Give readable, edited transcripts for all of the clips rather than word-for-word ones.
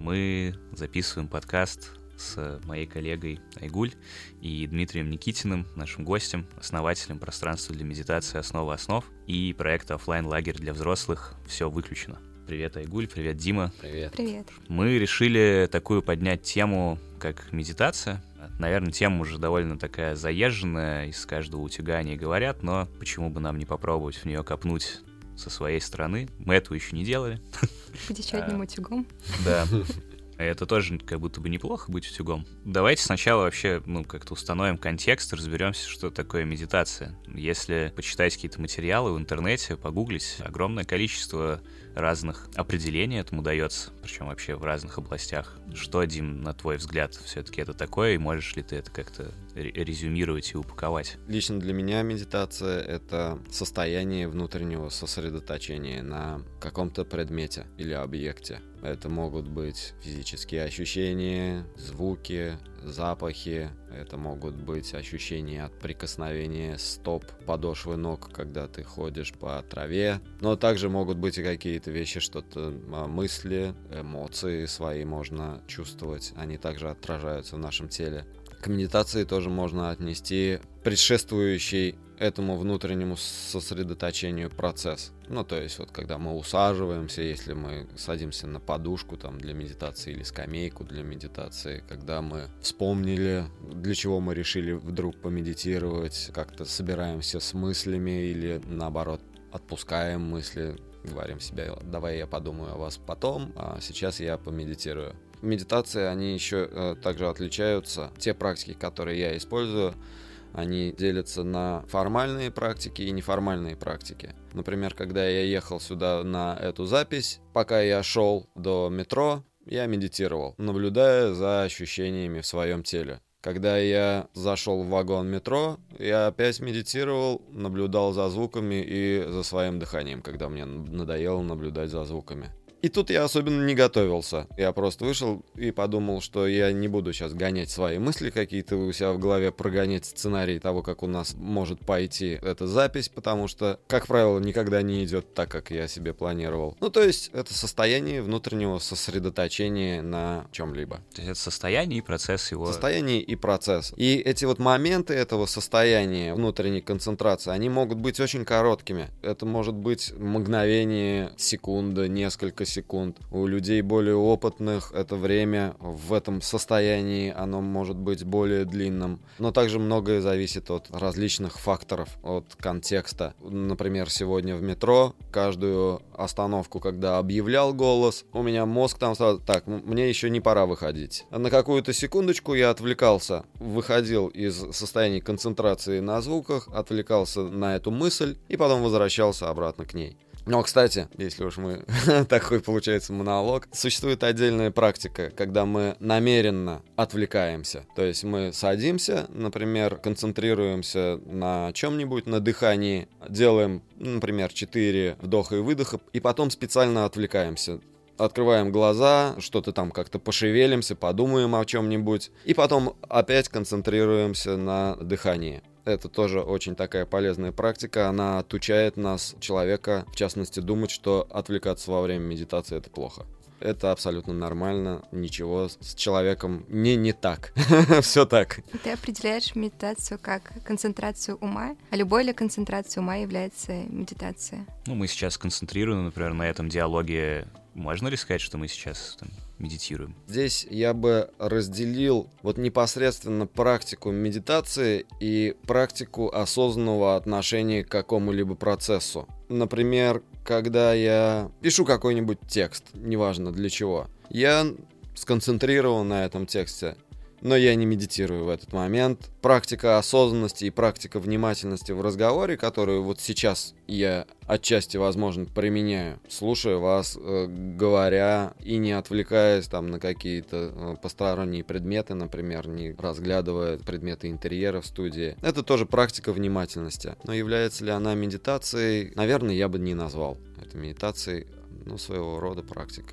Мы записываем подкаст с моей коллегой Айгуль и Дмитрием Никитиным, нашим гостем, основателем пространства для медитации «Основа основ» и проекта «Оффлайн-лагерь для взрослых. Все выключено». Привет, Айгуль, привет, Дима. Привет. Привет. Мы решили такую поднять тему, как медитация. Наверное, тема уже довольно такая заезженная, из каждого утюга говорят, но почему бы нам не попробовать в нее копнуть со своей стороны? Мы этого еще не делали. Быть еще одним утюгом. Да. Это тоже как будто бы неплохо быть утюгом. Давайте сначала вообще, как-то установим контекст и разберемся, что такое медитация. Если почитать какие-то материалы в интернете, погуглить, огромное количество разных определений этому дается, причем вообще в разных областях. Что, Дим, на твой взгляд, все-таки это такое, и можешь ли ты это как-то резюмировать и упаковать? Лично для меня медитация — это состояние внутреннего сосредоточения на каком-то предмете или объекте. Это могут быть физические ощущения, звуки, запахи. Это могут быть ощущения от прикосновения стоп, подошвы ног, когда ты ходишь по траве. Но также могут быть и какие-то вещи, что-то мысли, эмоции свои можно чувствовать. Они также отражаются в нашем теле. К медитации тоже можно отнести предшествующий этому внутреннему сосредоточению процесс. То есть когда мы усаживаемся, если мы садимся на подушку для медитации или скамейку для медитации, когда мы вспомнили, для чего мы решили вдруг помедитировать, как-то собираемся с мыслями или наоборот отпускаем мысли, говорим себе: давай я подумаю о вас потом, а сейчас я помедитирую. Медитации, они еще также отличаются. Те практики, которые я использую, они делятся на формальные практики и неформальные практики. Например, когда я ехал сюда на эту запись, пока я шел до метро, я медитировал, наблюдая за ощущениями в своем теле. Когда я зашел в вагон метро, я опять медитировал, наблюдал за звуками и за своим дыханием, когда мне надоело наблюдать за звуками. И тут я особенно не готовился. Я просто вышел и подумал, что я не буду сейчас гонять свои мысли какие-то у себя в голове, прогонять сценарий того, как у нас может пойти эта запись, потому что, как правило, никогда не идет так, как я себе планировал. То есть это состояние внутреннего сосредоточения на чем-либо. То есть это состояние и процесс его... Состояние и процесс. И эти моменты этого состояния внутренней концентрации, они могут быть очень короткими. Это может быть мгновение, секунда, несколько секунд. У людей более опытных это время в этом состоянии, оно может быть более длинным. Но также многое зависит от различных факторов, от контекста. Например, сегодня в метро каждую остановку, когда объявлял голос, у меня мозг сразу: так, мне еще не пора выходить. На какую-то секундочку я отвлекался, выходил из состояния концентрации на звуках, отвлекался на эту мысль и потом возвращался обратно к ней. Но, кстати, если уж мы такой получается монолог, существует отдельная практика, когда мы намеренно отвлекаемся. То есть мы садимся, например, концентрируемся на чем-нибудь, на дыхании, делаем, например, 4 вдоха и выдоха, и потом специально отвлекаемся. Открываем глаза, что-то как-то пошевелимся, подумаем о чем-нибудь, и потом опять концентрируемся на дыхании. Это тоже очень такая полезная практика, она отучает нас, человека, в частности, думать, что отвлекаться во время медитации — это плохо. Это абсолютно нормально, ничего с человеком не так. Все так. Ты определяешь медитацию как концентрацию ума, а любой ли концентрацией ума является медитация? Мы сейчас концентрируем, например, на этом диалоге. Можно ли сказать, что мы сейчас медитируем? Здесь я бы разделил непосредственно практику медитации и практику осознанного отношения к какому-либо процессу. Например, когда я пишу какой-нибудь текст, неважно для чего, я сконцентрирован на этом тексте, но я не медитирую в этот момент. Практика осознанности и практика внимательности в разговоре, которую сейчас я отчасти, возможно, применяю, слушая вас, говоря и не отвлекаясь на какие-то посторонние предметы, например, не разглядывая предметы интерьера в студии. Это тоже практика внимательности. Но является ли она медитацией? Наверное, я бы не назвал это медитацией, своего рода практикой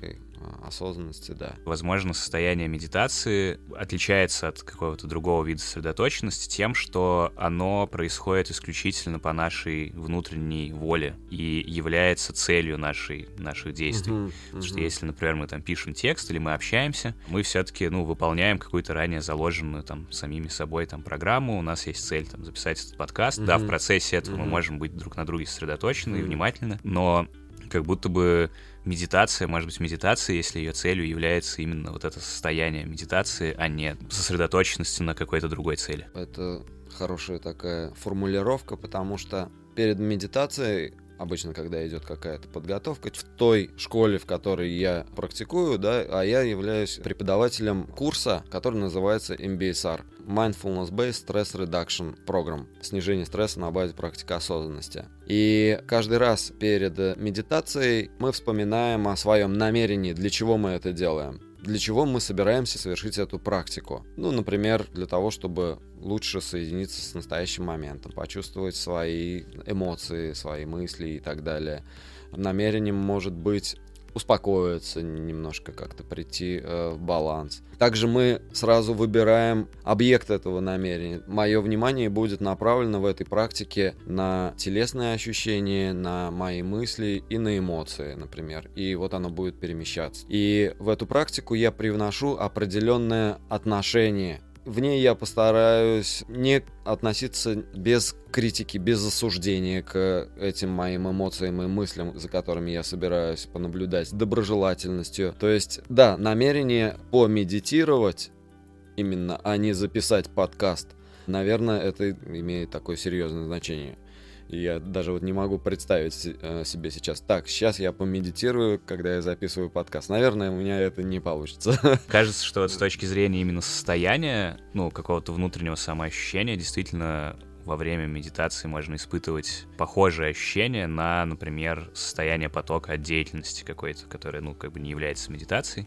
осознанности, да. Возможно, состояние медитации отличается от какого-то другого вида сосредоточенности тем, что оно происходит исключительно по нашей внутренней воле и является целью наших действий. Потому что если, например, мы там пишем текст или мы общаемся, мы все-таки, выполняем какую-то ранее заложенную там самими собой там программу, у нас есть цель там записать этот подкаст, да, в процессе этого мы можем быть друг на друге сосредоточены и внимательны, но как будто бы медитация, может быть, медитация, если ее целью является именно вот это состояние медитации, а не сосредоточенности на какой-то другой цели. Это хорошая такая формулировка, потому что перед медитацией, обычно, когда идет какая-то подготовка, в той школе, в которой я практикую, да, а я являюсь преподавателем курса, который называется MBSR – Mindfulness-Based Stress Reduction Program – снижение стресса на базе практики осознанности. И каждый раз перед медитацией мы вспоминаем о своем намерении, для чего мы это делаем. Для чего мы собираемся совершить эту практику? Например, для того, чтобы лучше соединиться с настоящим моментом, почувствовать свои эмоции, свои мысли и так далее. Намерением может быть успокоиться немножко, как-то прийти в баланс. Также мы сразу выбираем объект этого намерения. Мое внимание будет направлено в этой практике на телесные ощущения, на мои мысли и на эмоции, например. И вот оно будет перемещаться. И в эту практику я привношу определенное отношение. В ней я постараюсь не относиться без критики, без осуждения к этим моим эмоциям и мыслям, за которыми я собираюсь понаблюдать, доброжелательностью. То есть, да, намерение помедитировать именно, а не записать подкаст, наверное, это имеет такое серьезное значение. Я даже не могу представить себе сейчас. Так, сейчас я помедитирую, когда я записываю подкаст. Наверное, у меня это не получится. Кажется, что с точки зрения именно состояния, какого-то внутреннего самоощущения, действительно, во время медитации можно испытывать похожие ощущения на, например, состояние потока от деятельности какой-то, которое, не является медитацией,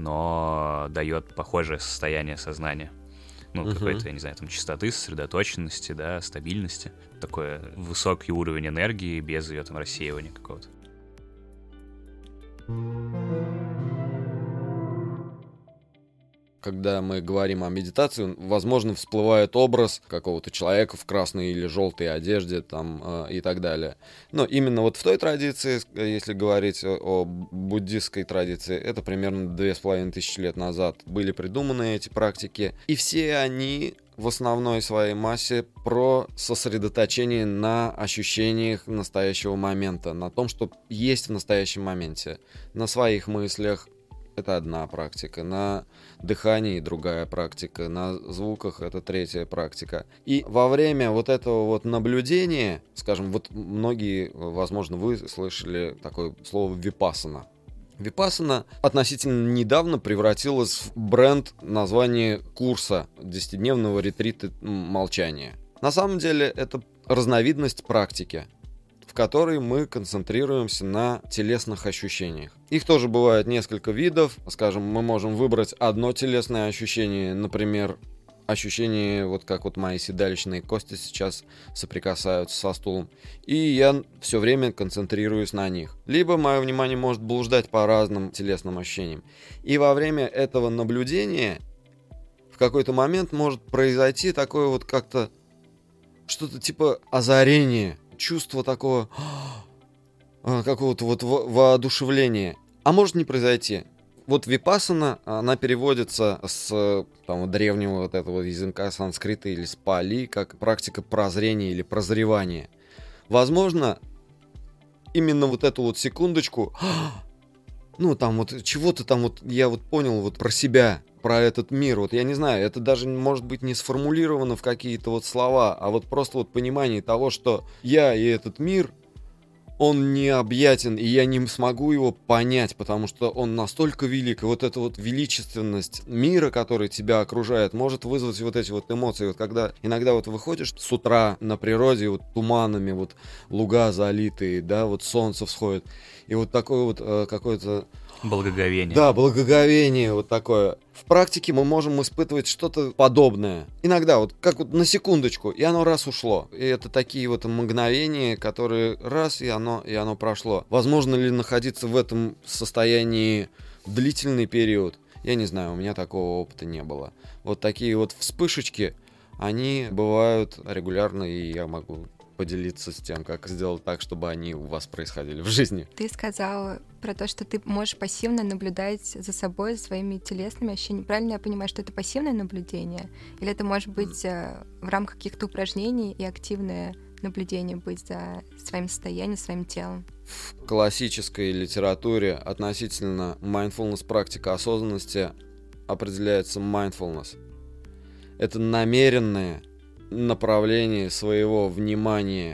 но дает похожее состояние сознания. Какой-то, я не знаю, чистоты, сосредоточенности, да, стабильности. Такой высокий уровень энергии без ее рассеивания какого-то. Когда мы говорим о медитации, возможно, всплывает образ какого-то человека в красной или желтой одежде и так далее. Но именно вот в той традиции, если говорить о буддистской традиции, это примерно 2500 лет назад были придуманы эти практики. И все они в основной своей массе про сосредоточение на ощущениях настоящего момента, на том, что есть в настоящем моменте, на своих мыслях. Это одна практика, на дыхании другая практика, на звуках это третья практика. И во время вот этого наблюдения, скажем, многие, возможно, вы слышали такое слово випассана. Випассана относительно недавно превратилась в бренд названия курса 10-дневного ретрита молчания. На самом деле это разновидность практики, в которой мы концентрируемся на телесных ощущениях. Их тоже бывает несколько видов. Скажем, мы можем выбрать одно телесное ощущение, например, ощущение, как мои седалищные кости сейчас соприкасаются со стулом, и я все время концентрируюсь на них. Либо мое внимание может блуждать по разным телесным ощущениям. И во время этого наблюдения в какой-то момент может произойти такое как-то что-то типа озарения, чувство такого какого-то воодушевления. А может не произойти. Випассана, она переводится с древнего этого языка санскрита или с пали, как практика прозрения или прозревания. Возможно, именно эту секундочку, чего-то я понял про себя, про этот мир. Я не знаю, это даже может быть не сформулировано в какие-то слова, а просто понимание того, что я и этот мир, он необъятен, и я не смогу его понять, потому что он настолько велик, и эта величественность мира, который тебя окружает, может вызвать эти эмоции. Когда иногда выходишь с утра на природе, туманами, луга залитые, да, солнце всходит, и такое какое-то... Благоговение. Да, благоговение такое. В практике мы можем испытывать что-то подобное. Иногда, как на секундочку, и оно раз ушло. И это такие мгновения, которые раз, и оно прошло. Возможно ли находиться в этом состоянии длительный период. Я не знаю, у меня такого опыта не было. Вот такие вот вспышечки, они бывают регулярно, и я могу поделиться с тем, как сделать так, чтобы они у вас происходили в жизни. Ты сказал про то, что ты можешь пассивно наблюдать за собой, за своими телесными ощущениями. Правильно я понимаю, что это пассивное наблюдение? Или это может быть в рамках каких-то упражнений и активное наблюдение быть за своим состоянием, своим телом? В классической литературе относительно mindfulness, практика осознанности, определяется mindfulness. Это намеренное направление своего внимания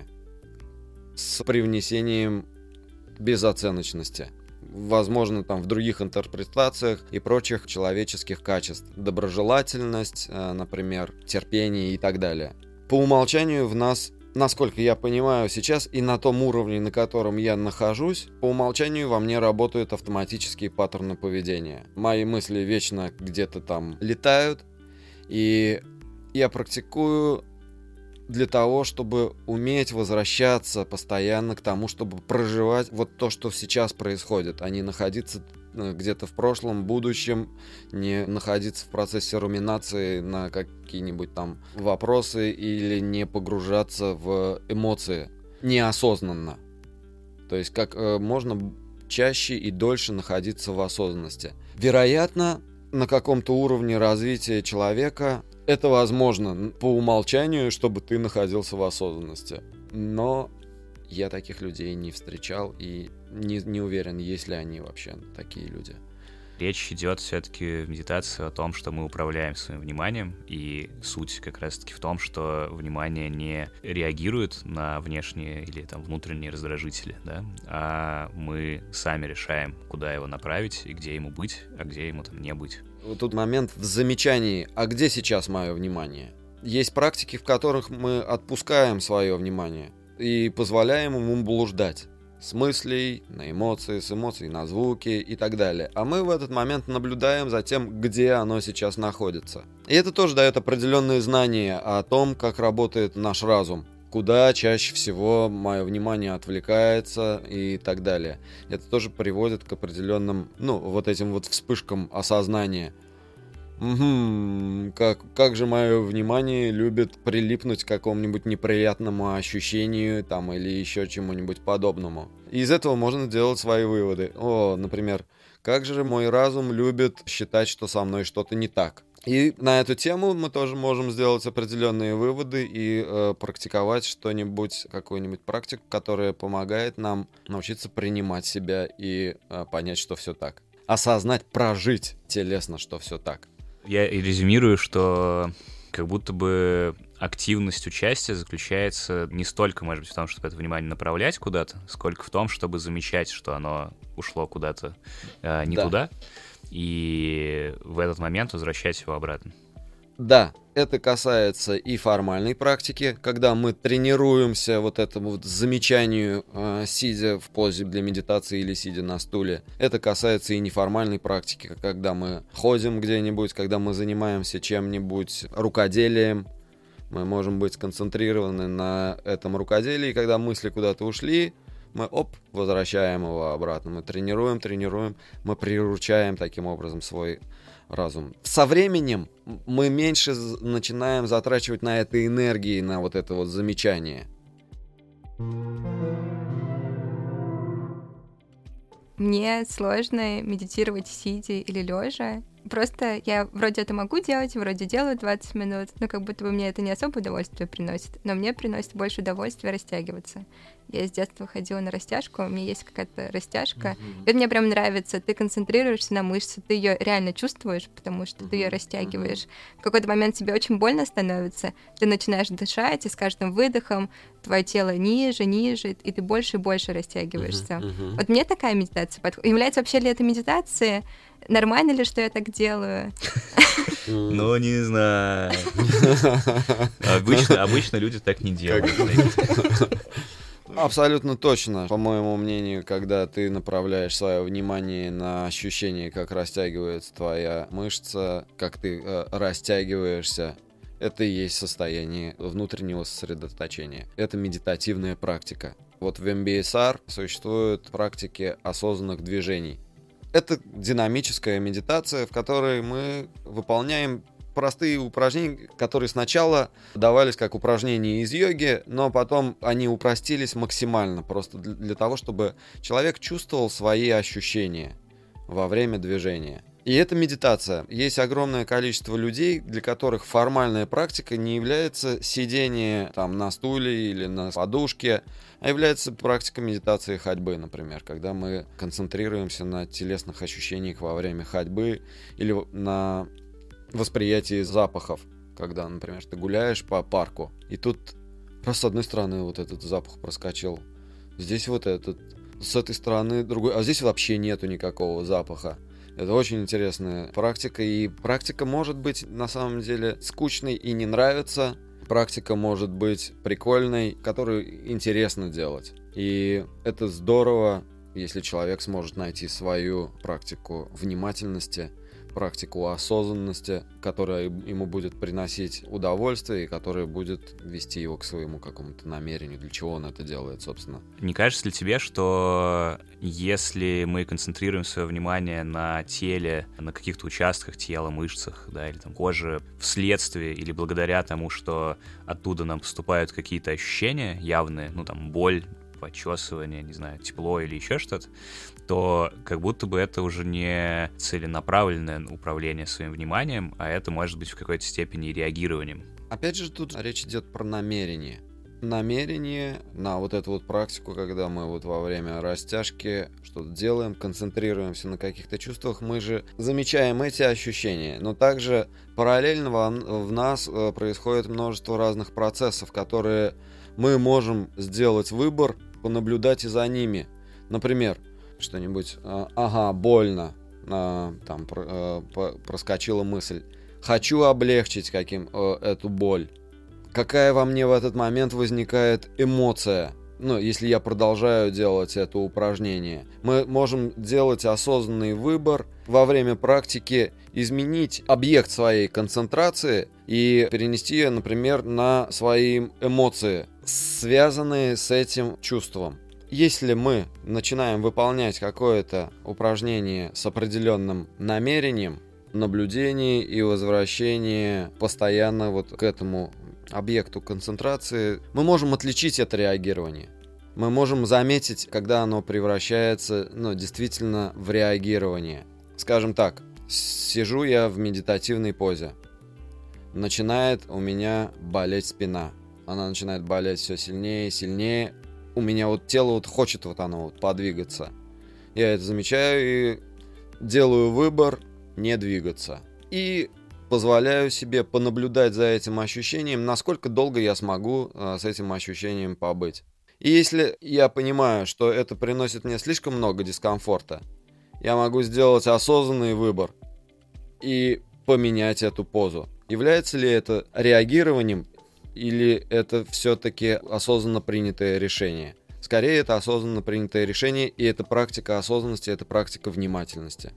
с привнесением безоценочности. Возможно, там в других интерпретациях и прочих человеческих качеств. Доброжелательность, например, терпение и так далее. По умолчанию в нас, насколько я понимаю сейчас, и на том уровне, на котором я нахожусь, по умолчанию во мне работают автоматические паттерны поведения. Мои мысли вечно где-то там летают, и я практикую для того, чтобы уметь возвращаться постоянно к тому, чтобы проживать вот то, что сейчас происходит, а не находиться где-то в прошлом, будущем, не находиться в процессе руминации на какие-нибудь там вопросы или не погружаться в эмоции неосознанно. То есть как можно чаще и дольше находиться в осознанности. Вероятно, на каком-то уровне развития человека это возможно по умолчанию, чтобы ты находился в осознанности. Но я таких людей не встречал и не уверен, есть ли они вообще такие люди. Речь идет все-таки в медитации о том, что мы управляем своим вниманием, и суть как раз-таки в том, что внимание не реагирует на внешние или там внутренние раздражители, да, а мы сами решаем, куда его направить и где ему быть, а где ему там не быть. Вот тут момент в замечании, а где сейчас мое внимание? Есть практики, в которых мы отпускаем свое внимание и позволяем ему блуждать. С мыслей на эмоции, с эмоций на звуки и так далее. А мы в этот момент наблюдаем за тем, где оно сейчас находится. И это тоже дает определенные знания о том, как работает наш разум. Куда чаще всего мое внимание отвлекается и так далее. Это тоже приводит к определенным, вот этим вот вспышкам осознания. Как же мое внимание любит прилипнуть к какому-нибудь неприятному ощущению там, или еще чему-нибудь подобному. И из этого можно делать свои выводы. Например, как же мой разум любит считать, что со мной что-то не так. И на эту тему мы тоже можем сделать определенные выводы и практиковать что-нибудь, какую-нибудь практику, которая помогает нам научиться принимать себя и понять, что все так. Осознать, прожить телесно, что все так. Я резюмирую, что как будто бы активность участия заключается не столько, может быть, в том, чтобы это внимание направлять куда-то, сколько в том, чтобы замечать, что оно ушло куда-то не туда, и в этот момент возвращать его обратно. Да, это касается и формальной практики, когда мы тренируемся вот этому вот замечанию, сидя в позе для медитации или сидя на стуле. Это касается и неформальной практики, когда мы ходим где-нибудь, когда мы занимаемся чем-нибудь рукоделием. Мы можем быть сконцентрированы на этом рукоделии, и когда мысли куда-то ушли, мы возвращаем его обратно. Мы тренируем, мы приручаем таким образом свой разум. Со временем мы меньше начинаем затрачивать на это энергии, на вот это вот замечание. Мне сложно медитировать сидя или лежа. Просто я вроде это могу делать, вроде делаю 20 минут, но как будто бы мне это не особо удовольствие приносит. Но мне приносит больше удовольствия растягиваться. Я с детства ходила на растяжку, у меня есть какая-то растяжка. И это мне прям нравится. Ты концентрируешься на мышце, ты ее реально чувствуешь, потому что ты ее растягиваешь. В какой-то момент тебе очень больно становится, ты начинаешь дышать, и с каждым выдохом твое тело ниже, и ты больше и больше растягиваешься. Вот мне такая медитация подходит. Является вообще ли это медитацией? Нормально ли, что я так делаю? Ну, не знаю. Обычно люди так не делают. Абсолютно точно. По моему мнению, когда ты направляешь свое внимание на ощущение, как растягивается твоя мышца, как ты растягиваешься, это и есть состояние внутреннего сосредоточения. Это медитативная практика. Вот в MBSR существуют практики осознанных движений. Это динамическая медитация, в которой мы выполняем простые упражнения, которые сначала давались как упражнения из йоги, но потом они упростились максимально, просто для того, чтобы человек чувствовал свои ощущения во время движения. И это медитация. Есть огромное количество людей, для которых формальная практика не является сидение там на стуле или на подушке, а является практика медитации ходьбы, например, когда мы концентрируемся на телесных ощущениях во время ходьбы или на восприятии запахов, когда, например, ты гуляешь по парку, и тут просто с одной стороны вот этот запах проскочил, здесь вот этот, с этой стороны другой, а здесь вообще нету никакого запаха. Это очень интересная практика, и практика может быть на самом деле скучной и не нравится, практика может быть прикольной, которую интересно делать. И это здорово, если человек сможет найти свою практику внимательности, практику осознанности, которая ему будет приносить удовольствие и которая будет вести его к своему какому-то намерению, для чего он это делает, собственно. Не кажется ли тебе, что если мы концентрируем свое внимание на теле, на каких-то участках тела, мышцах, да, или там коже, вследствие или благодаря тому, что оттуда нам поступают какие-то ощущения явные, ну там боль, почесывание, не знаю, тепло или еще что-то, то как будто бы это уже не целенаправленное управление своим вниманием, а это может быть в какой-то степени реагированием. Опять же, тут речь идет про намерение. Намерение на вот эту вот практику, когда мы вот во время растяжки что-то делаем, концентрируемся на каких-то чувствах, мы же замечаем эти ощущения, но также параллельно в нас происходит множество разных процессов, которые мы можем сделать выбор, понаблюдать и за ними. Например, что-нибудь, больно, там проскочила мысль, хочу облегчить эту боль. Какая во мне в этот момент возникает эмоция? Ну, если я продолжаю делать это упражнение. Мы можем делать осознанный выбор во время практики, изменить объект своей концентрации и перенести ее, например, на свои эмоции, связанные с этим чувством. Если мы начинаем выполнять какое-то упражнение с определенным намерением, наблюдение и возвращение постоянно вот к этому объекту концентрации, мы можем отличить это реагирование. Мы можем заметить, когда оно превращается, действительно в реагирование. Скажем так, сижу я в медитативной позе. Начинает у меня болеть спина. Она начинает болеть все сильнее и сильнее. У меня вот тело хочет оно подвигаться. Я это замечаю и делаю выбор не двигаться. И позволяю себе понаблюдать за этим ощущением, насколько долго я смогу с этим ощущением побыть. И если я понимаю, что это приносит мне слишком много дискомфорта, я могу сделать осознанный выбор и поменять эту позу. Является ли это реагированием или это все-таки осознанно принятое решение? Скорее, это осознанно принятое решение, и это практика осознанности, это практика внимательности.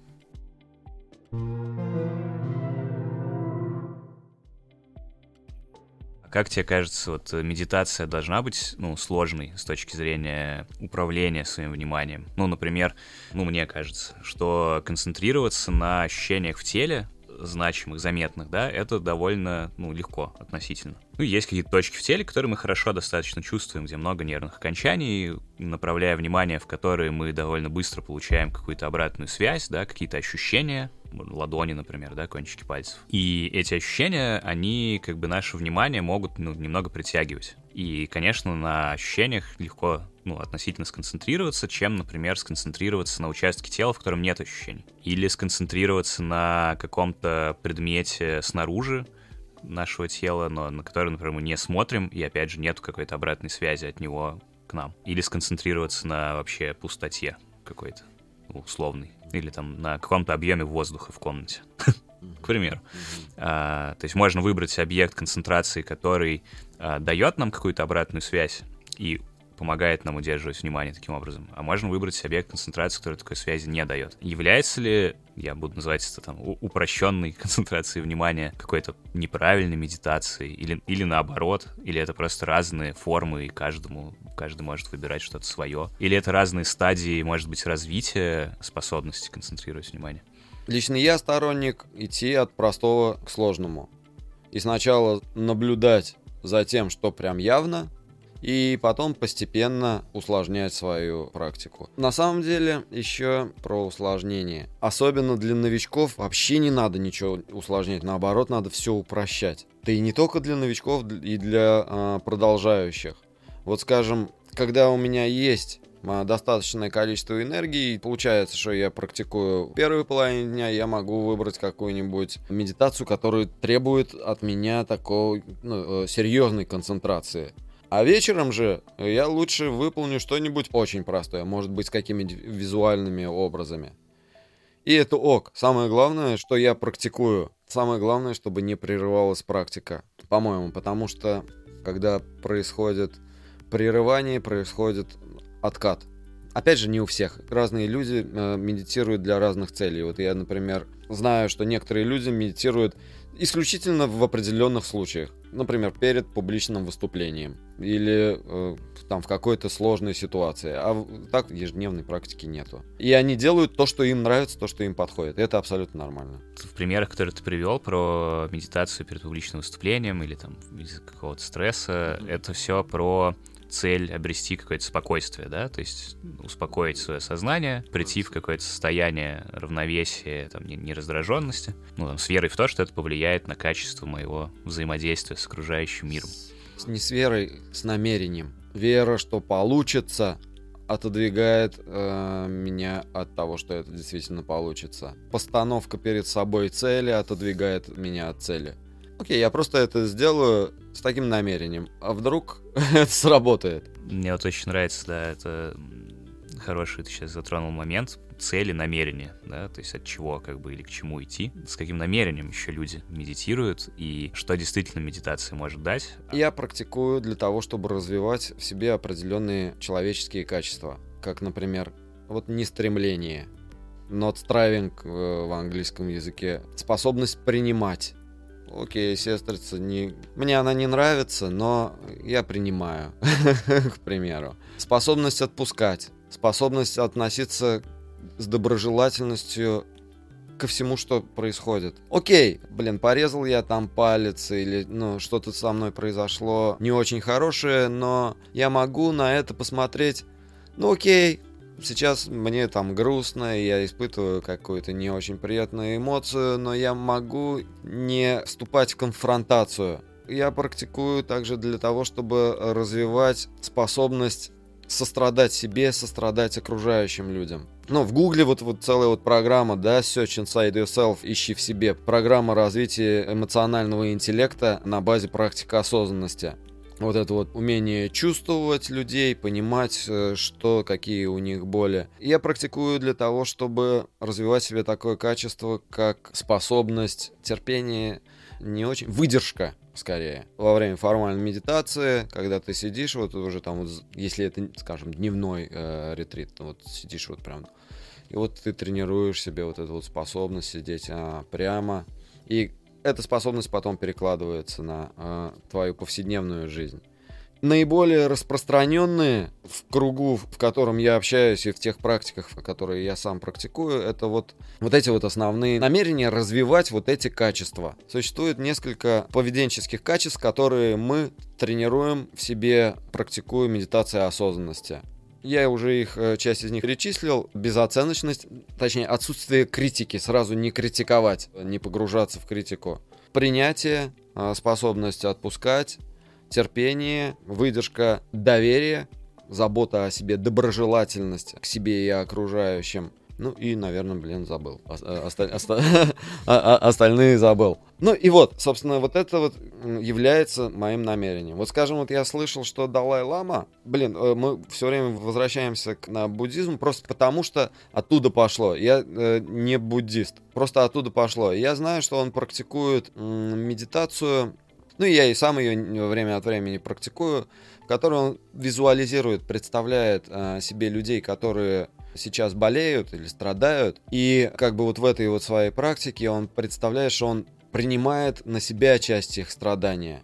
Как тебе кажется, вот медитация должна быть, сложной с точки зрения управления своим вниманием? Например, мне кажется, что концентрироваться на ощущениях в теле, значимых, заметных, да, это довольно, легко относительно. Есть какие-то точки в теле, которые мы хорошо достаточно чувствуем, где много нервных окончаний, направляя внимание, в которые мы довольно быстро получаем какую-то обратную связь, да, какие-то ощущения, ладони, например, да, кончики пальцев. И эти ощущения, они наше внимание могут немного притягивать. И, конечно, на ощущениях легко относительно сконцентрироваться, чем, например, сконцентрироваться на участке тела, в котором нет ощущений. Или сконцентрироваться на каком-то предмете снаружи нашего тела, но на который, например, мы не смотрим, и, опять же, нет какой-то обратной связи от него к нам. Или сконцентрироваться на вообще пустоте какой-то, условной. Или там на каком-то объеме воздуха в комнате, к примеру. То есть можно выбрать объект концентрации, который дает нам какую-то обратную связь, и помогает нам удерживать внимание таким образом. А можно выбрать объект концентрации, который такой связи не дает. Является ли, я буду называть это там упрощенной концентрацией внимания, какой-то неправильной медитацией, или наоборот, или это просто разные формы, и каждый может выбирать что-то свое, или это разные стадии, может быть, развития способности концентрировать внимание? Лично я сторонник идти от простого к сложному. И сначала наблюдать за тем, что прям явно, и потом постепенно усложнять свою практику. На самом деле, еще про усложнение. Особенно для новичков вообще не надо ничего усложнять, наоборот, надо все упрощать. Да и не только для новичков, и для продолжающих. Вот скажем, когда у меня есть достаточное количество энергии, получается, что я практикую в первой половине дня, я могу выбрать какую-нибудь медитацию, которая требует от меня такой серьезной концентрации. А вечером же я лучше выполню что-нибудь очень простое, может быть, с какими-нибудь визуальными образами. И это ок. Самое главное, что я практикую. Самое главное, чтобы не прерывалась практика, по-моему, потому что когда происходит прерывание, происходит откат. Опять же, не у всех. Разные люди медитируют для разных целей. Вот я, например, знаю, что некоторые люди медитируют исключительно в определенных случаях. Например, перед публичным выступлением. Или там в какой-то сложной ситуации. А так ежедневной практики нету. И они делают то, что им нравится, то, что им подходит. Это абсолютно нормально. В примерах, которые ты привел про медитацию перед публичным выступлением или там из-за какого-то стресса, это все про цель обрести какое-то спокойствие, да, то есть успокоить свое сознание, прийти в какое-то состояние равновесия, там, нераздраженности, с верой в то, что это повлияет на качество моего взаимодействия с окружающим миром. Не с верой, с намерением. Вера, что получится, отодвигает меня от того, что это действительно получится. Постановка перед собой цели отодвигает меня от цели. Окей, я просто это сделаю с таким намерением. А вдруг это сработает? Мне вот очень нравится, да, это хороший ты сейчас затронул момент цели, намерения, да, то есть от чего или к чему идти, с каким намерением еще люди медитируют и что действительно медитация может дать. Я практикую для того, чтобы развивать в себе определенные человеческие качества, как, например, не стремление, not striving в английском языке, способность принимать. Окей, сестрица, мне она не нравится, но я принимаю, к примеру. Способность отпускать, способность относиться с доброжелательностью ко всему, что происходит. Окей, порезал я там палец или, что-то со мной произошло не очень хорошее, но я могу на это посмотреть, окей, сейчас мне там грустно, и я испытываю какую-то не очень приятную эмоцию, но я могу не вступать в конфронтацию. Я практикую также для того, чтобы развивать способность сострадать себе, сострадать окружающим людям. В Гугле целая программа, да, Search Inside Yourself, ищи в себе. Программа развития эмоционального интеллекта на базе практики осознанности. Это умение чувствовать людей, понимать, какие у них боли. Я практикую для того, чтобы развивать в себе такое качество, как способность, терпение, не очень, выдержка, скорее. Во время формальной медитации, когда ты сидишь, уже там, если это, скажем, дневной ретрит, сидишь прям, и ты тренируешь себе эту способность сидеть прямо, и эта способность потом перекладывается на твою повседневную жизнь. Наиболее распространенные в кругу, в котором я общаюсь, и в тех практиках, которые я сам практикую, это эти основные намерения развивать эти качества. Существует несколько поведенческих качеств, которые мы тренируем в себе, практикуя медитацию осознанности. Я уже часть из них перечислил. Безоценочность, точнее, отсутствие критики, сразу не критиковать, не погружаться в критику. Принятие, способность отпускать, терпение, выдержка, доверие, забота о себе, доброжелательность к себе и окружающим. И, наверное, забыл. Остальные забыл. Собственно, это является моим намерением. Скажем, я слышал, что Далай-лама, мы все время возвращаемся на буддизм просто потому, что оттуда пошло. Я не буддист, просто оттуда пошло. Я знаю, что он практикует медитацию, я и сам ее время от времени практикую, которой он визуализирует, представляет себе людей, которые сейчас болеют или страдают, и как бы вот в этой вот своей практике он представляет, что он принимает на себя часть их страдания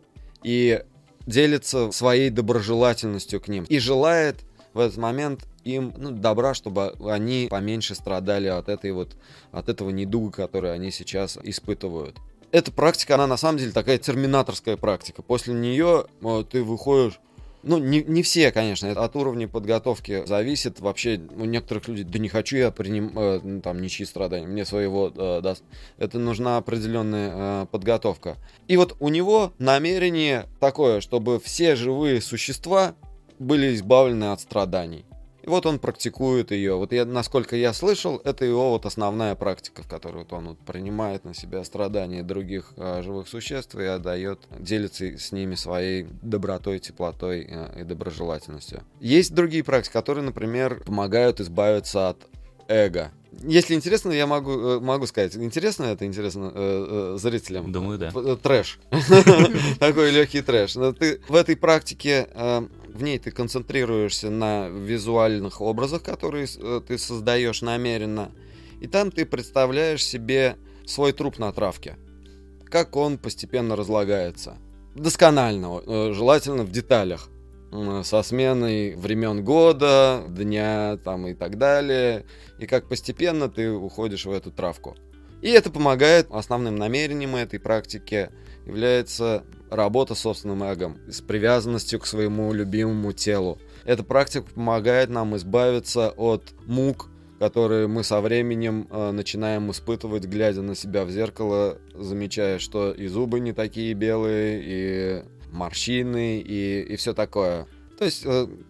и делится своей доброжелательностью к ним, и желает в этот момент им добра, чтобы они поменьше страдали от этого недуга, который они сейчас испытывают. Эта практика, она на самом деле такая терминаторская практика. После нее ты выходишь. Не все, конечно, это от уровня подготовки зависит. Вообще, у некоторых людей, да не хочу я ничьи страдания, мне своего даст. Это нужна определенная подготовка. И вот у него намерение такое, чтобы все живые существа были избавлены от страданий. И вот он практикует ее. Вот насколько я слышал, это его вот основная практика, в которой вот он принимает на себя страдания других живых существ и делится с ними своей добротой, теплотой и доброжелательностью. Есть другие практики, которые, например, помогают избавиться от эго. Если интересно, я могу сказать. Интересно это? Интересно зрителям? Думаю, да. Трэш. Такой легкий трэш. Ты в этой практике, в ней ты концентрируешься на визуальных образах, которые ты создаешь намеренно. И там ты представляешь себе свой труп на травке. Как он постепенно разлагается. Досконально, желательно в деталях. Со сменой времен года, дня и так далее. И как постепенно ты уходишь в эту травку. И это помогает. Основным намерением этой практики является работа с собственным эго, с привязанностью к своему любимому телу. Эта практика помогает нам избавиться от мук, которые мы со временем начинаем испытывать, глядя на себя в зеркало, замечая, что и зубы не такие белые, и морщины и все такое. То есть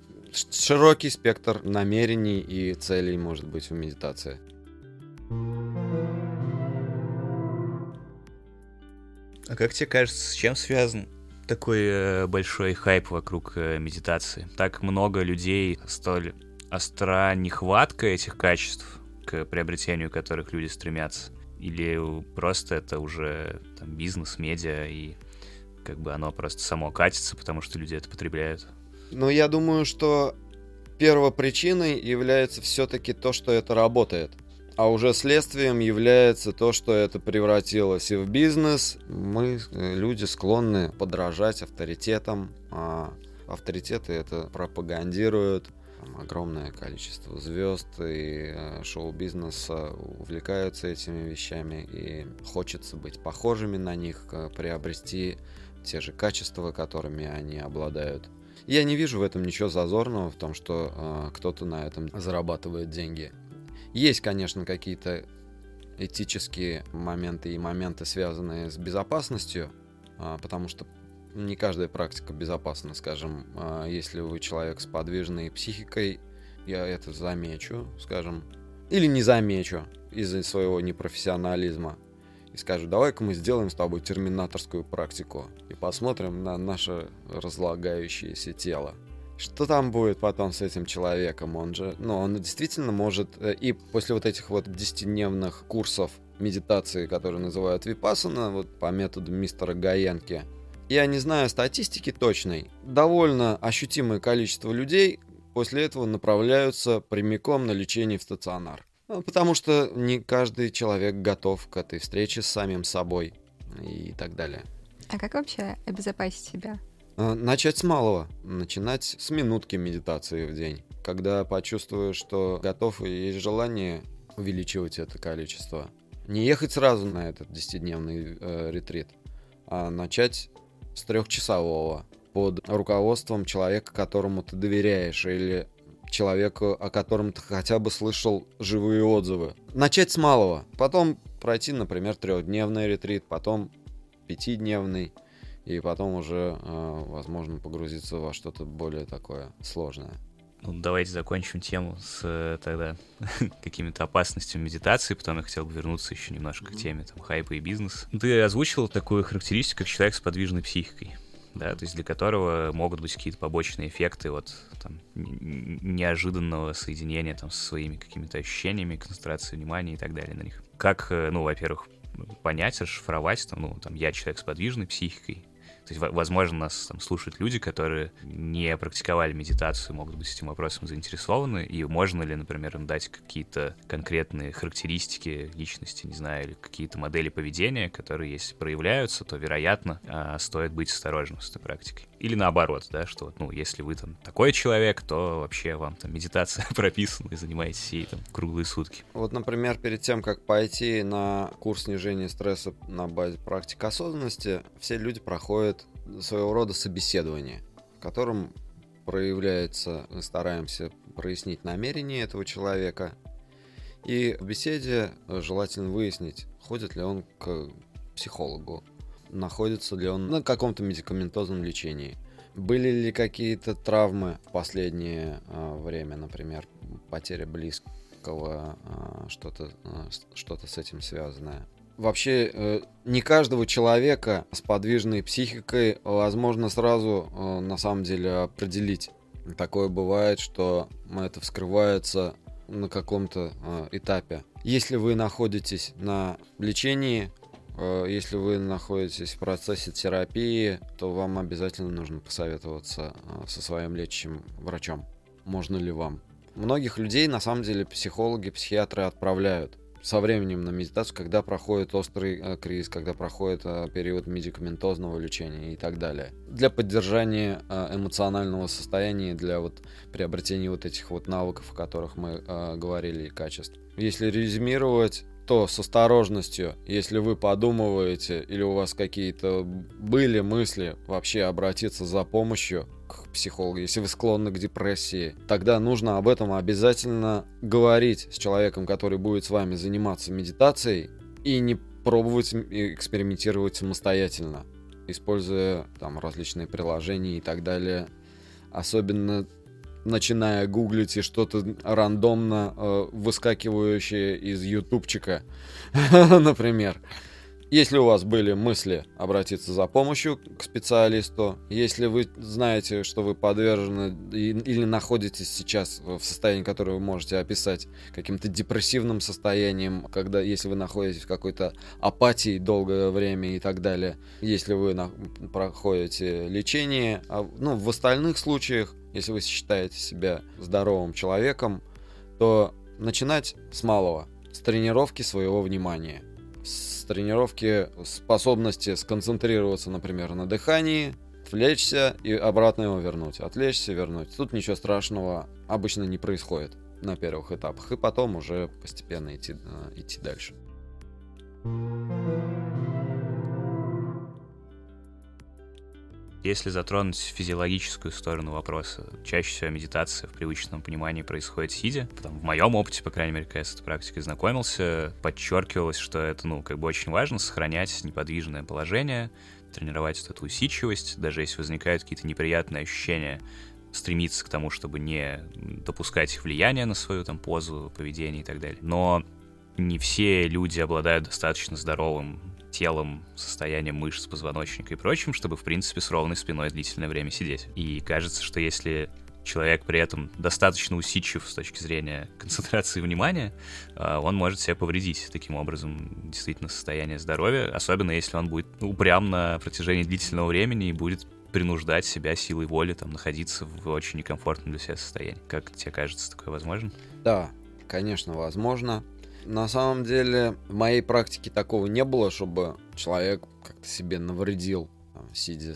широкий спектр намерений и целей может быть в медитации. А как тебе кажется, с чем связан такой большой хайп вокруг медитации? Так много людей, столь остра нехватка этих качеств, к приобретению которых люди стремятся? Или просто это уже бизнес, медиа, и как бы оно просто само катится, потому что люди это потребляют? Я думаю, что первопричиной является все-таки то, что это работает. А уже следствием является то, что это превратилось и в бизнес. Мы, люди, склонны подражать авторитетам. А авторитеты это пропагандируют. Огромное количество звезд и шоу-бизнеса увлекаются этими вещами. И хочется быть похожими на них, приобрести те же качества, которыми они обладают. Я не вижу в этом ничего зазорного, в том, что кто-то на этом зарабатывает деньги. Есть, конечно, какие-то этические моменты и моменты, связанные с безопасностью, потому что не каждая практика безопасна, скажем. Если вы человек с подвижной психикой, я это замечу, скажем, или не замечу из-за своего непрофессионализма. И скажу, давай-ка мы сделаем с тобой терминаторскую практику и посмотрим на наше разлагающееся тело. Что там будет потом с этим человеком? Он действительно может... И после вот этих 10-дневных курсов медитации, которые называют випассана, по методу мистера Гаенки, я не знаю статистики точной, довольно ощутимое количество людей после этого направляются прямиком на лечение в стационар. Потому что не каждый человек готов к этой встрече с самим собой и так далее. А как вообще обезопасить себя? Начать с малого. Начинать с минутки медитации в день. Когда почувствуешь, что готов и есть желание увеличивать это количество. Не ехать сразу на этот 10-дневный ретрит, а начать с 3-часового под руководством человека, которому ты доверяешь, или человеку, о котором ты хотя бы слышал живые отзывы. Начать с малого. Потом пройти, например, 3-дневный ретрит, потом 5-дневный. И потом уже, возможно, погрузиться во что-то более такое сложное. Давайте закончим тему с тогда какими-то опасностями медитации. Потом я хотел бы вернуться еще немножко к теме хайпа и бизнеса. Ты озвучил такую характеристику, как человек с подвижной психикой. Да, то есть для которого могут быть какие-то побочные эффекты неожиданного соединения со своими какими-то ощущениями, концентрации внимания и так далее на них. Как, во-первых, понять, расшифровать, я человек с подвижной психикой. То есть, возможно, нас там слушают люди, которые не практиковали медитацию, могут быть этим вопросом заинтересованы, и можно ли, например, им дать какие-то конкретные характеристики личности, не знаю, или какие-то модели поведения, которые, если проявляются, то, вероятно, стоит быть осторожным с этой практикой. Или наоборот, да, что, ну, если вы там такой человек, то вообще вам там медитация прописана и занимаетесь ей там круглые сутки. Вот, например, перед тем, как пойти на курс снижения стресса на базе практик осознанности, все люди проходят своего рода собеседование, в котором проявляется, мы стараемся прояснить намерение этого человека, и в беседе желательно выяснить, ходит ли он к психологу, находится ли он на каком-то медикаментозном лечении, были ли какие-то травмы в последнее время, например, потеря близкого, что-то с этим связанное. Вообще, не каждого человека с подвижной психикой возможно сразу, на самом деле, определить. Такое бывает, что это вскрывается на каком-то этапе. Если вы находитесь на лечении, если вы находитесь в процессе терапии, то вам обязательно нужно посоветоваться со своим лечащим врачом. Можно ли вам? Многих людей, на самом деле, психологи, психиатры отправляют со временем на медитацию, когда проходит острый кризис, когда проходит период медикаментозного лечения и так далее. Для поддержания эмоционального состояния, для вот приобретения вот этих вот навыков, о которых мы говорили, и качеств. Если резюмировать, то с осторожностью, если вы подумываете или у вас какие-то были мысли вообще обратиться за помощью к психологу, если вы склонны к депрессии, тогда нужно об этом обязательно говорить с человеком, который будет с вами заниматься медитацией, и не пробовать экспериментировать самостоятельно, используя там различные приложения и так далее, особенно начиная гуглить и что-то рандомно выскакивающее из ютубчика, например. Если у вас были мысли обратиться за помощью к специалисту, если вы знаете, что вы подвержены или находитесь сейчас в состоянии, которое вы можете описать каким-то депрессивным состоянием, если вы находитесь в какой-то апатии долгое время и так далее, если вы проходите лечение, в остальных случаях, если вы считаете себя здоровым человеком, то начинать с малого, с тренировки своего внимания, с тренировки способности сконцентрироваться, например, на дыхании, отвлечься и обратно его вернуть, отвлечься, вернуть. Тут ничего страшного обычно не происходит на первых этапах, и потом уже постепенно идти дальше. Если затронуть физиологическую сторону вопроса, чаще всего медитация в привычном понимании происходит сидя. В моем опыте, по крайней мере, когда я с этой практикой знакомился, подчеркивалось, что это, очень важно сохранять неподвижное положение, тренировать вот эту усидчивость, даже если возникают какие-то неприятные ощущения, стремиться к тому, чтобы не допускать их влияния на свою позу, поведение и так далее. Но не все люди обладают достаточно здоровым телом, состоянием мышц, позвоночника и прочим, чтобы, в принципе, с ровной спиной длительное время сидеть. И кажется, что если человек при этом достаточно усидчив с точки зрения концентрации внимания, он может себе повредить таким образом действительно состояние здоровья, особенно если он будет упрям на протяжении длительного времени и будет принуждать себя силой воли находиться в очень некомфортном для себя состоянии. Как тебе кажется, такое возможно? Да, конечно, возможно. На самом деле, в моей практике такого не было, чтобы человек как-то себе навредил, сидя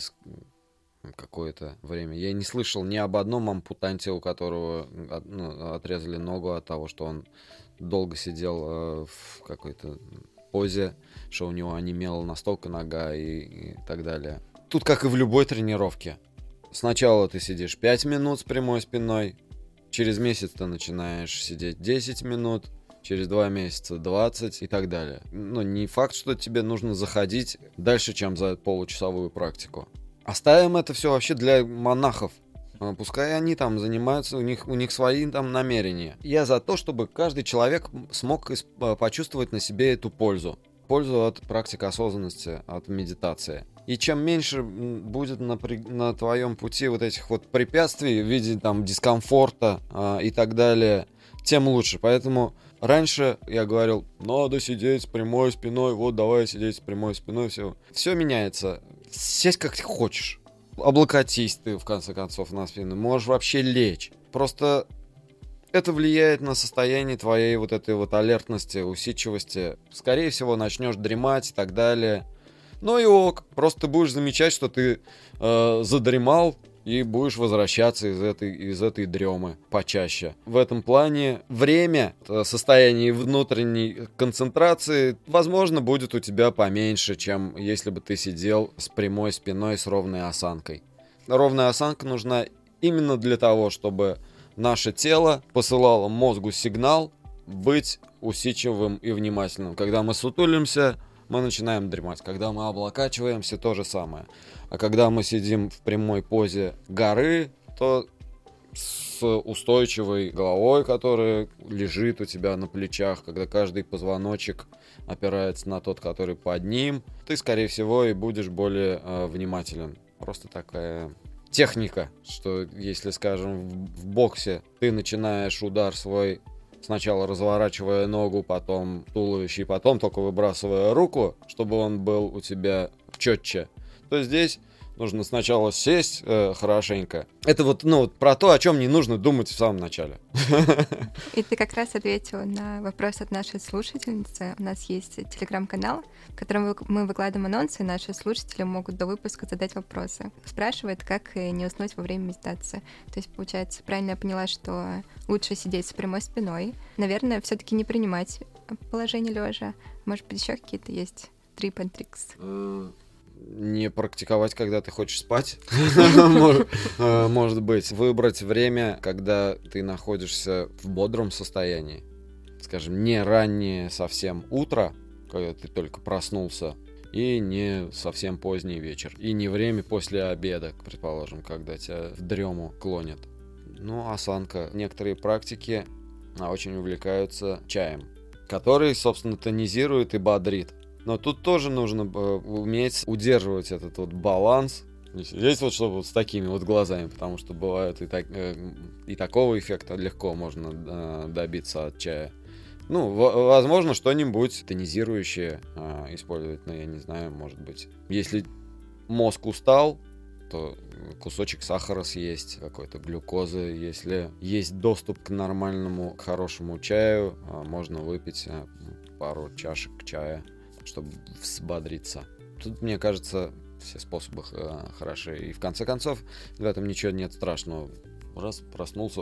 какое-то время. Я не слышал ни об одном ампутанте, у которого отрезали ногу от того, что он долго сидел в какой-то позе, что у него онемела настолько нога и так далее. Тут, как и в любой тренировке. Сначала ты сидишь 5 минут с прямой спиной, через месяц ты начинаешь сидеть 10 минут, через 2 месяца 20 и так далее. Не факт, что тебе нужно заходить дальше, чем за получасовую практику. Оставим это все вообще для монахов. Пускай они занимаются, у них свои намерения. Я за то, чтобы каждый человек смог почувствовать на себе эту пользу. Пользу от практики осознанности, от медитации. И чем меньше будет на твоем пути вот этих препятствий в виде дискомфорта и так далее, тем лучше. Поэтому раньше я говорил, надо сидеть с прямой спиной, давай сидеть с прямой спиной, все. Все меняется. сесть как ты хочешь. Облокотись ты, в конце концов, на спину. Можешь вообще лечь. Просто это влияет на состояние твоей вот этой вот алертности, усидчивости. Скорее всего, начнешь дремать и так далее. Ну и ок. Просто ты будешь замечать, что ты задремал, и будешь возвращаться из этой дремы почаще. В этом плане время, состояние внутренней концентрации, возможно, будет у тебя поменьше, чем если бы ты сидел с прямой спиной, с ровной осанкой. Ровная осанка нужна именно для того, чтобы наше тело посылало мозгу сигнал быть усидчивым и внимательным. Когда мы сутулимся, мы начинаем дремать. Когда мы облокачиваемся, то же самое. А когда мы сидим в прямой позе горы, то с устойчивой головой, которая лежит у тебя на плечах, когда каждый позвоночек опирается на тот, который под ним, ты, скорее всего, и будешь более внимателен. Просто такая техника, что если, скажем, в боксе ты начинаешь удар свой сначала разворачивая ногу, потом туловище, и потом только выбрасывая руку, чтобы он был у тебя четче, то здесь нужно сначала сесть хорошенько. Это вот, про то, о чем не нужно думать в самом начале. И ты как раз ответила на вопрос от нашей слушательницы. У нас есть телеграм-канал, в котором мы выкладываем анонсы, и наши слушатели могут до выпуска задать вопросы. Спрашивает, как не уснуть во время медитации. То есть, получается, правильно я поняла, что лучше сидеть с прямой спиной. Наверное, все-таки не принимать положение лежа. Может быть, еще какие-то есть трип and трикс? Не практиковать, когда ты хочешь спать. Может быть. Выбрать время, когда ты находишься в бодром состоянии. Скажем, не раннее совсем утро, когда ты только проснулся, и не совсем поздний вечер. И не время после обеда, предположим, когда тебя в дрему клонят. Осанка. Некоторые практики очень увлекаются чаем, который, собственно, тонизирует и бодрит. Но тут тоже нужно уметь удерживать этот вот баланс. Здесь вот чтобы вот с такими вот глазами, потому что бывает и такого эффекта легко можно добиться от чая. Возможно, что-нибудь тонизирующее использовать, но я не знаю, может быть. Если мозг устал, то кусочек сахара съесть, какой-то глюкозы. Если есть доступ к нормальному, хорошему чаю, можно выпить пару чашек чая, чтобы взбодриться. Тут, мне кажется, все способы хороши. И в конце концов, в этом ничего нет страшного. Раз проснулся,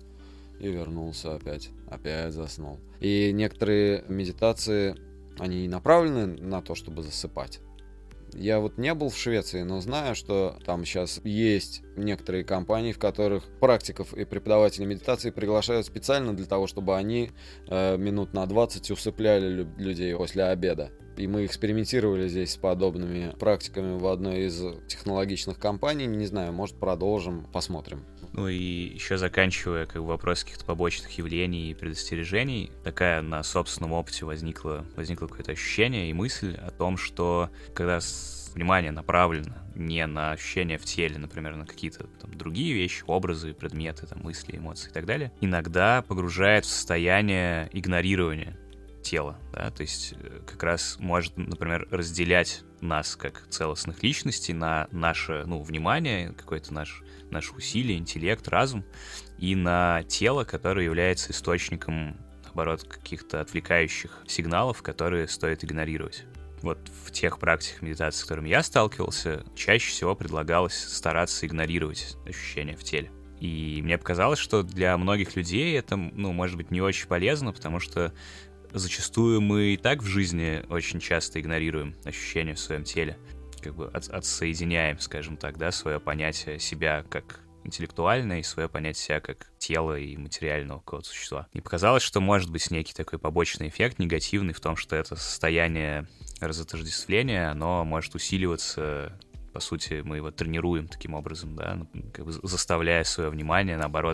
и вернулся опять заснул. И некоторые медитации, они направлены на то, чтобы засыпать. Я вот не был в Швеции, но знаю, что там сейчас есть некоторые компании, в которых практиков и преподавателей медитации приглашают специально для того, чтобы они минут на 20 усыпляли людей после обеда. И мы экспериментировали здесь с подобными практиками в одной из технологичных компаний. Не знаю, может, продолжим, посмотрим. И еще заканчивая вопрос каких-то побочных явлений и предостережений, такая на собственном опыте возникло какое-то ощущение и мысль о том, что когда внимание направлено не на ощущения в теле, например, на какие-то другие вещи, образы, предметы, мысли, эмоции и так далее, иногда погружает в состояние игнорирования тела, да, то есть как раз может, например, разделять нас как целостных личностей на наше, внимание, какое-то наше усилие, интеллект, разум, и на тело, которое является источником, наоборот, каких-то отвлекающих сигналов, которые стоит игнорировать. Вот в тех практиках медитации, с которыми я сталкивался, чаще всего предлагалось стараться игнорировать ощущения в теле. И мне показалось, что для многих людей это, может быть, не очень полезно, потому что зачастую мы и так в жизни очень часто игнорируем ощущения в своем теле. Отсоединяем, скажем так, да, свое понятие себя как интеллектуальное и свое понятие себя как тела и материального какого-то существа. И показалось, что может быть некий такой побочный эффект негативный в том, что это состояние разотождествления, оно может усиливаться. По сути, мы его тренируем таким образом, да, заставляя свое внимание, наоборот,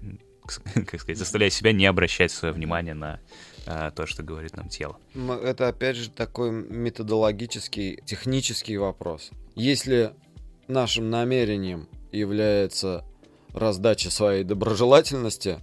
заставляя себя не обращать свое внимание на то, что говорит нам тело. Это, опять же, такой методологический, технический вопрос. Если нашим намерением является раздача своей доброжелательности,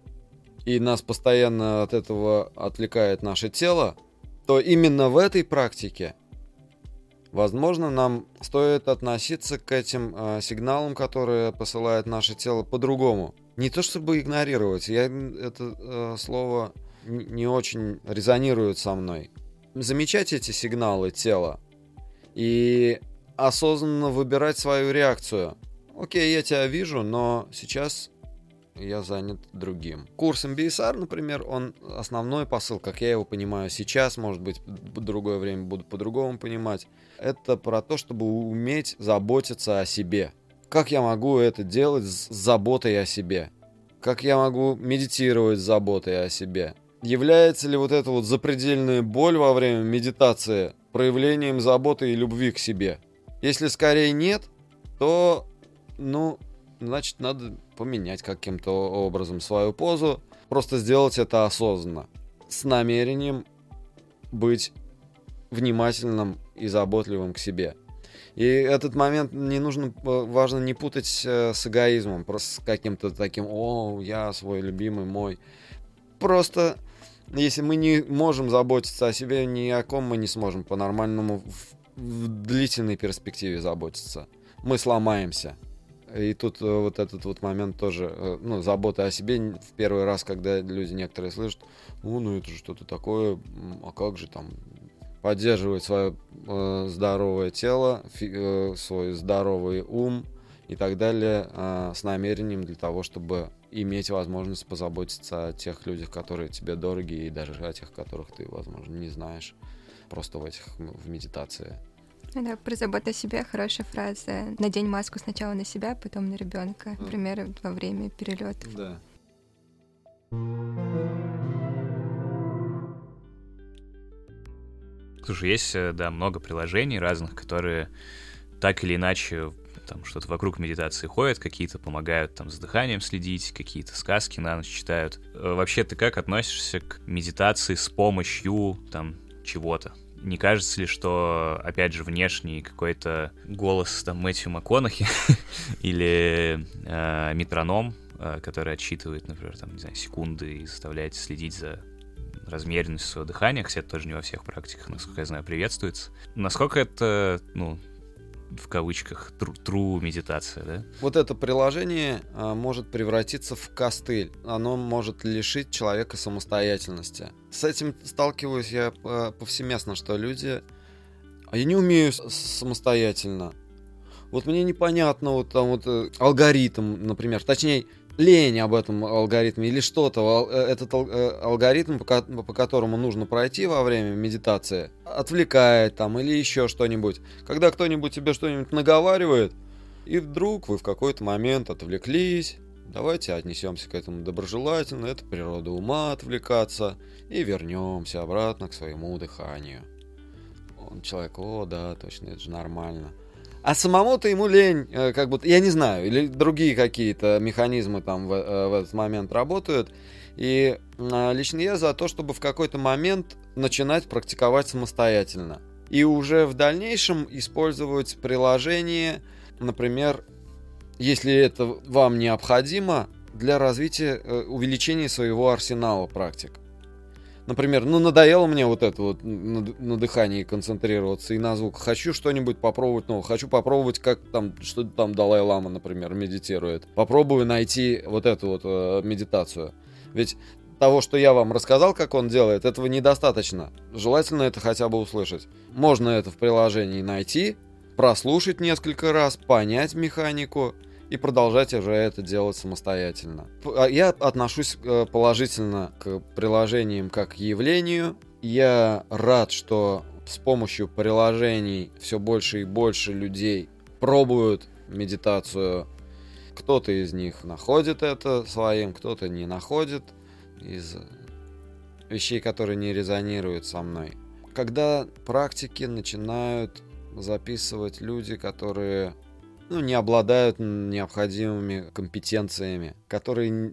и нас постоянно от этого отвлекает наше тело, то именно в этой практике Возможно, нам стоит относиться к этим сигналам, которые посылает наше тело, по-другому. Не то чтобы игнорировать, это слово не очень резонирует со мной. Замечать эти сигналы тела и осознанно выбирать свою реакцию. Окей, я тебя вижу, но сейчас я занят другим. Курс MBSR, например, он основной посыл, как я его понимаю сейчас, может быть, в другое время буду по-другому понимать, это про то, чтобы уметь заботиться о себе. Как я могу это делать с заботой о себе? Как я могу медитировать с заботой о себе? Является ли вот эта вот запредельная боль во время медитации проявлением заботы и любви к себе? Если скорее нет, то, значит, надо поменять каким-то образом свою позу, просто сделать это осознанно, с намерением быть внимательным и заботливым к себе. И этот момент важно не путать с эгоизмом, просто с каким-то таким: «О, я свой любимый мой». Просто, если мы не можем заботиться о себе, ни о ком мы не сможем по-нормальному в длительной перспективе заботиться. Мы сломаемся. И тут вот этот вот момент тоже, забота о себе в первый раз, когда люди некоторые слышат: это же что-то такое, а как же там поддерживать свое здоровое тело, свой здоровый ум и так далее, с намерением для того, чтобы иметь возможность позаботиться о тех людях, которые тебе дороги, и даже о тех, которых ты, возможно, не знаешь, просто в медитации. Да, про заботу о себе хорошая фраза. Надень маску сначала на себя, потом на ребенка. Например, во время перелетов. Да. Слушай, есть, много приложений разных, которые так или иначе там что-то вокруг медитации ходят, какие-то помогают там с дыханием следить, какие-то сказки на ночь читают. Вообще, ты как относишься к медитации с помощью там чего-то? Не кажется ли, что, опять же, внешний какой-то голос там Мэтью МакКонахи или метроном, который отсчитывает, например, там, не знаю, секунды и заставляет следить за размеренностью своего дыхания, кстати, тоже не во всех практиках, насколько я знаю, приветствуется. Насколько это, в кавычках, true медитация, да? Вот это приложение может превратиться в костыль. Оно может лишить человека самостоятельности. С этим сталкиваюсь я повсеместно, что люди... я не умею самостоятельно. Вот мне непонятно алгоритм, например. Точнее, лень об этом алгоритме или что-то. Этот алгоритм, по которому нужно пройти во время медитации, отвлекает там или еще что-нибудь. Когда кто-нибудь тебе что-нибудь наговаривает, и вдруг вы в какой-то момент отвлеклись, давайте отнесемся к этому доброжелательно, это природа ума отвлекаться, и вернемся обратно к своему дыханию. Человек: да, точно, это же нормально. А самому-то ему лень, как будто, я не знаю, или другие какие-то механизмы там в этот момент работают. И лично я за то, чтобы в какой-то момент начинать практиковать самостоятельно. И уже в дальнейшем использовать приложение, например, если это вам необходимо, для развития, увеличения своего арсенала практик. Например, надоело мне вот это вот на дыхании концентрироваться и на звуках. Хочу что-нибудь попробовать новое. Хочу попробовать, как там, что там Далай-лама, например, медитирует. Попробую найти вот эту вот медитацию. Ведь того, что я вам рассказал, как он делает, этого недостаточно. Желательно это хотя бы услышать. Можно это в приложении найти, прослушать несколько раз, понять механику и продолжать уже это делать самостоятельно. Я отношусь положительно к приложениям как к явлению. Я рад, что с помощью приложений все больше и больше людей пробуют медитацию. Кто-то из них находит это своим, кто-то не находит из вещей, которые не резонируют со мной. Когда практики начинают записывать люди, которые не обладают необходимыми компетенциями, которые,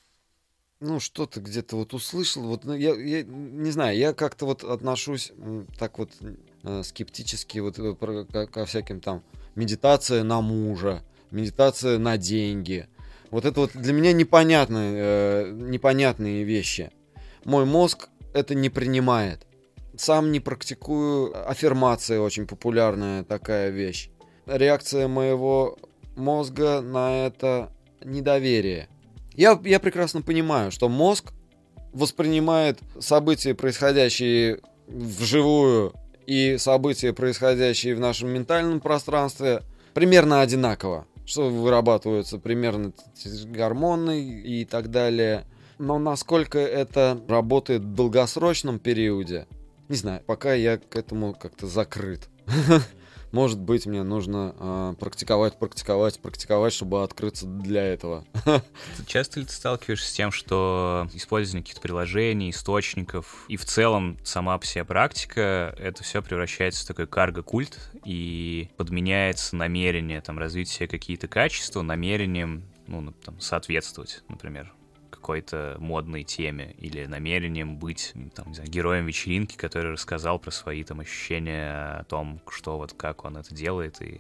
что-то где-то вот услышал, я не знаю, я как-то вот отношусь так вот скептически ко всяким там медитация на мужа, медитация на деньги. Вот это вот для меня непонятные вещи. Мой мозг это не принимает. сам не практикую. Аффирмация очень популярная такая вещь. Реакция моего мозга на это недоверие. Я прекрасно понимаю, что мозг воспринимает события, происходящие вживую, и события, происходящие в нашем ментальном пространстве, примерно одинаково. Что вырабатываются примерно гормоны и так далее. Но насколько это работает в долгосрочном периоде, не знаю, пока я к этому как-то закрыт. Может быть, мне нужно практиковать, чтобы открыться для этого. Часто ли ты сталкиваешься с тем, что использование каких-то приложений, источников и в целом сама по себе практика, это все превращается в такой карго-культ и подменяется намерение там, развить себе какие-то качества намерением там, соответствовать, например, какой-то модной теме или намерением быть там, не знаю, героем вечеринки, который рассказал про свои там ощущения о том, что вот как он это делает и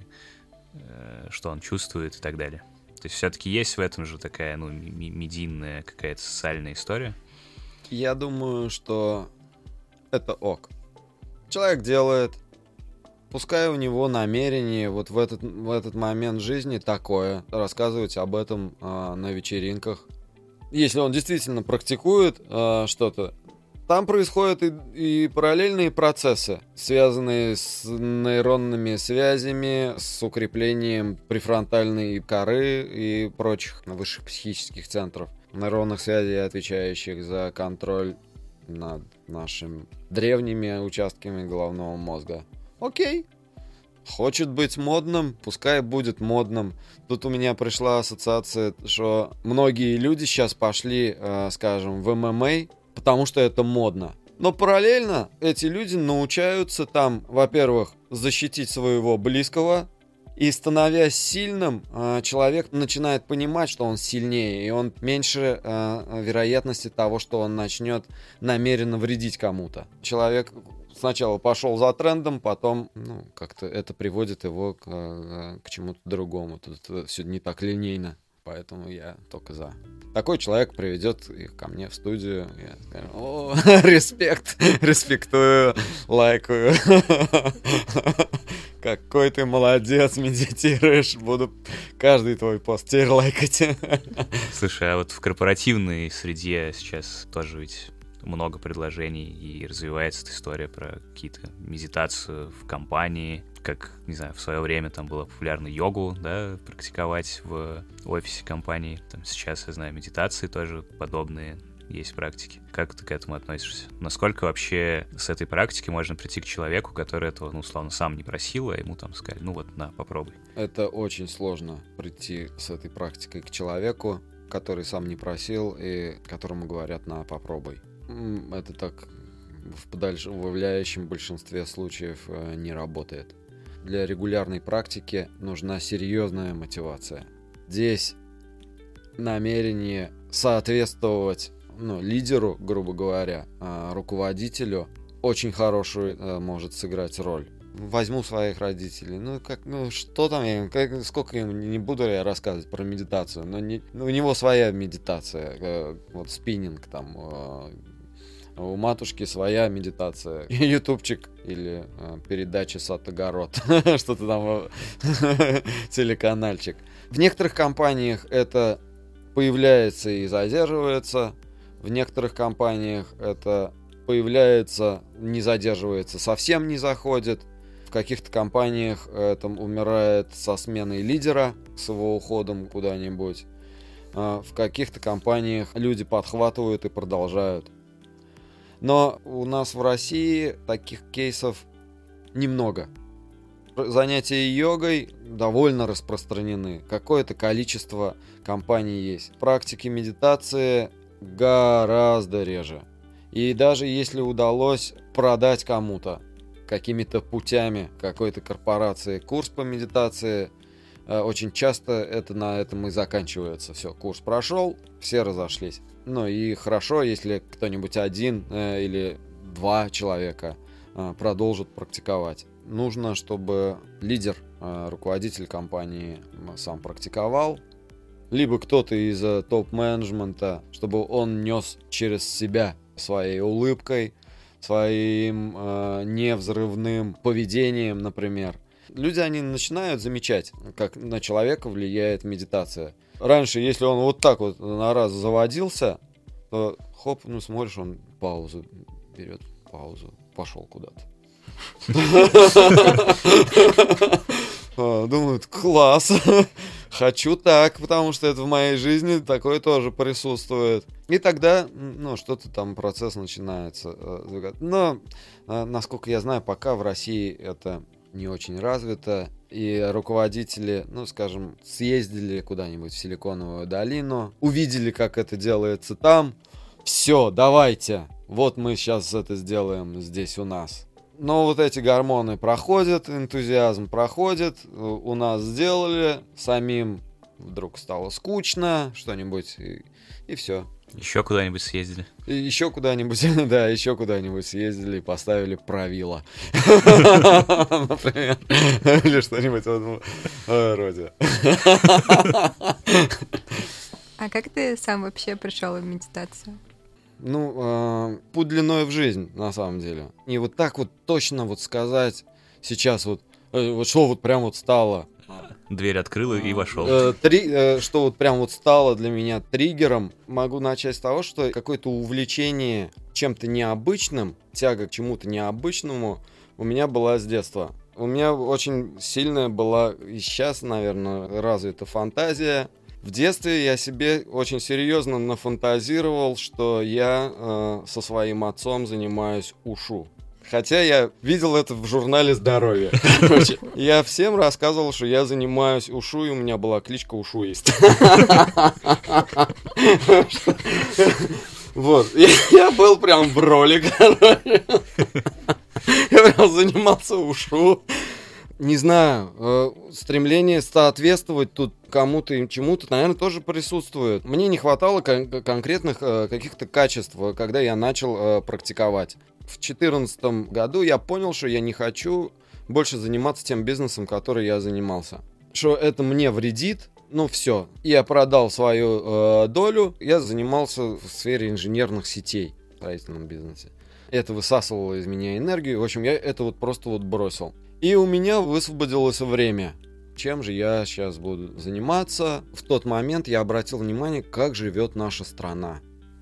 что он чувствует и так далее. То есть все-таки есть в этом же такая медийная какая-то социальная история? Я думаю, что это ок. Человек делает, пускай у него намерение вот в этот момент жизни такое, рассказывать об этом на вечеринках. Если он действительно практикует что-то, там происходят и параллельные процессы, связанные с нейронными связями, с укреплением префронтальной коры и прочих высших психических центров, нейронных связей, отвечающих за контроль над нашими древними участками головного мозга. Окей. Хочет быть модным, пускай будет модным. Тут у меня пришла ассоциация, что многие люди сейчас пошли, скажем, в ММА, потому что это модно. Но параллельно эти люди научаются там, во-первых, защитить своего близкого, и становясь сильным, человек начинает понимать, что он сильнее, и он меньше вероятности того, что он начнет намеренно вредить кому-то. Человек сначала пошел за трендом, потом как-то это приводит его к чему-то другому. Тут все не так линейно, поэтому я только за. Такой человек приведет их ко мне в студию. Я скажу: о, респект, респектую, лайкаю. Какой ты молодец, медитируешь. Буду каждый твой пост теперь лайкать. Слушай, а вот в корпоративной среде сейчас тоже ведь много предложений, и развивается эта история про какие-то медитацию в компании, как, не знаю, в свое время там было популярно йогу, да, практиковать в офисе компании. Там сейчас, я знаю, медитации тоже подобные есть практики. Как ты к этому относишься? Насколько вообще с этой практики можно прийти к человеку, который этого, условно, сам не просил, а ему там сказали: на, попробуй? Это очень сложно прийти с этой практикой к человеку, который сам не просил и которому говорят: на, попробуй. Это так в подавляющем большинстве случаев не работает. Для регулярной практики нужна серьезная мотивация. Здесь намерение соответствовать лидеру, грубо говоря, руководителю, очень хорошую может сыграть роль. Возьму своих родителей. Что там сколько им не буду я рассказывать про медитацию, но у него своя медитация, вот спиннинг там. У матушки своя медитация. Ютубчик или передача «Сад-огород». Что-то там, телеканальчик. В некоторых компаниях это появляется и задерживается. В некоторых компаниях это появляется, не задерживается, совсем не заходит. В каких-то компаниях это умирает со сменой лидера, с его уходом куда-нибудь. В каких-то компаниях люди подхватывают и продолжают. Но у нас в России таких кейсов немного. Занятия йогой довольно распространены. Какое-то количество компаний есть. Практики медитации гораздо реже. И даже если удалось продать кому-то какими-то путями какой-то корпорации курс по медитации, очень часто это на этом и заканчивается. Все, курс прошел, все разошлись. И хорошо, если кто-нибудь один или два человека продолжат практиковать. Нужно, чтобы лидер, руководитель компании сам практиковал, либо кто-то из топ-менеджмента, чтобы он нес через себя своей улыбкой, своим невзрывным поведением, например. Люди, они начинают замечать, как на человека влияет медитация. Раньше, если он вот так вот на раз заводился, то хоп, ну смотришь, он паузу берет, паузу, пошел куда-то. Думают, класс, хочу так, потому что это в моей жизни такое тоже присутствует. И тогда, ну, что-то там, процесс начинается. Но, насколько я знаю, пока в России это не очень развито. И руководители, ну, скажем, съездили куда-нибудь в Силиконовую долину, увидели, как это делается там. Все, давайте, вот мы сейчас это сделаем здесь у нас. Но вот эти гормоны проходят, энтузиазм проходит, у нас сделали, самим вдруг стало скучно, что-нибудь, и все. Еще куда-нибудь съездили. И еще куда-нибудь, да, еще куда-нибудь съездили и поставили правила. Например, или что-нибудь в этом роде. А как ты сам вообще пришел в медитацию? Ну, путь длиной в жизнь, на самом деле. И вот так вот точно вот сказать сейчас вот что вот прям вот стало. Дверь открыл и вошел. Что вот прям вот стало для меня триггером. Могу начать с того, что какое-то увлечение чем-то необычным, тяга к чему-то необычному у меня была с детства. У меня очень сильная была и сейчас, наверное, развита фантазия. В детстве я себе очень серьезно нафантазировал, что я со своим отцом занимаюсь ушу. Хотя я видел это в журнале «Здоровье». Я всем рассказывал, что я занимаюсь ушу, и у меня была кличка Ушуист. Вот. Я был прям в роли, короче. Я прям занимался ушу. Не знаю, стремление соответствовать тут кому-то и чему-то, наверное, тоже присутствует. Мне не хватало конкретных каких-то качеств, когда я начал практиковать. В 2014 году я понял, что я не хочу больше заниматься тем бизнесом, который я занимался. Что это мне вредит, ну все. Я продал свою долю, я занимался в сфере инженерных сетей в строительном бизнесе. Это высасывало из меня энергию, в общем, я это вот просто вот бросил. И у меня высвободилось время. Чем же я сейчас буду заниматься? В тот момент я обратил внимание, как живет наша страна.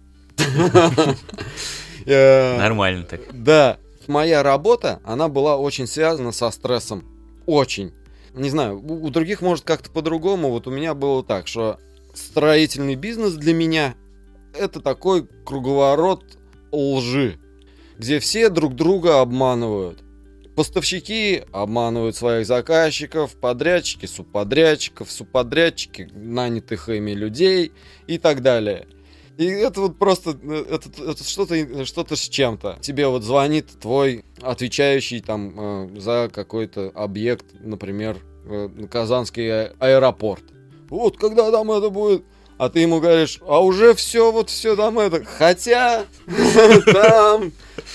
Нормально так. Да. Моя работа, она была очень связана со стрессом. Очень. Не знаю, у других может как-то по-другому. Вот у меня было так, что строительный бизнес для меня это такой круговорот лжи, где все друг друга обманывают. Поставщики обманывают своих заказчиков, подрядчики субподрядчики нанятых ими людей и так далее. И это вот просто это что-то с чем-то. Тебе вот звонит твой отвечающий там за какой-то объект, например, Казанский аэропорт. Вот когда там это будет? А ты ему говоришь, а уже все там это. Хотя там...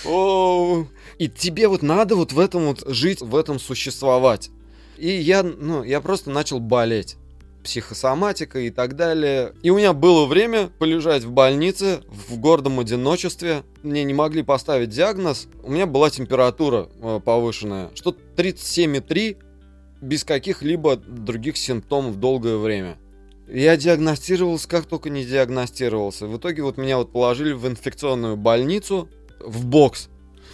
И тебе вот надо вот в этом вот жить, в этом существовать. И я просто начал болеть. Психосоматика и так далее. И у меня было время полежать в больнице в гордом одиночестве. Мне не могли поставить диагноз. У меня была температура повышенная. Что-то 37,3 без каких-либо других симптомов долгое время. Я диагностировался, как только не диагностировался. В итоге вот меня вот положили в инфекционную больницу, в бокс.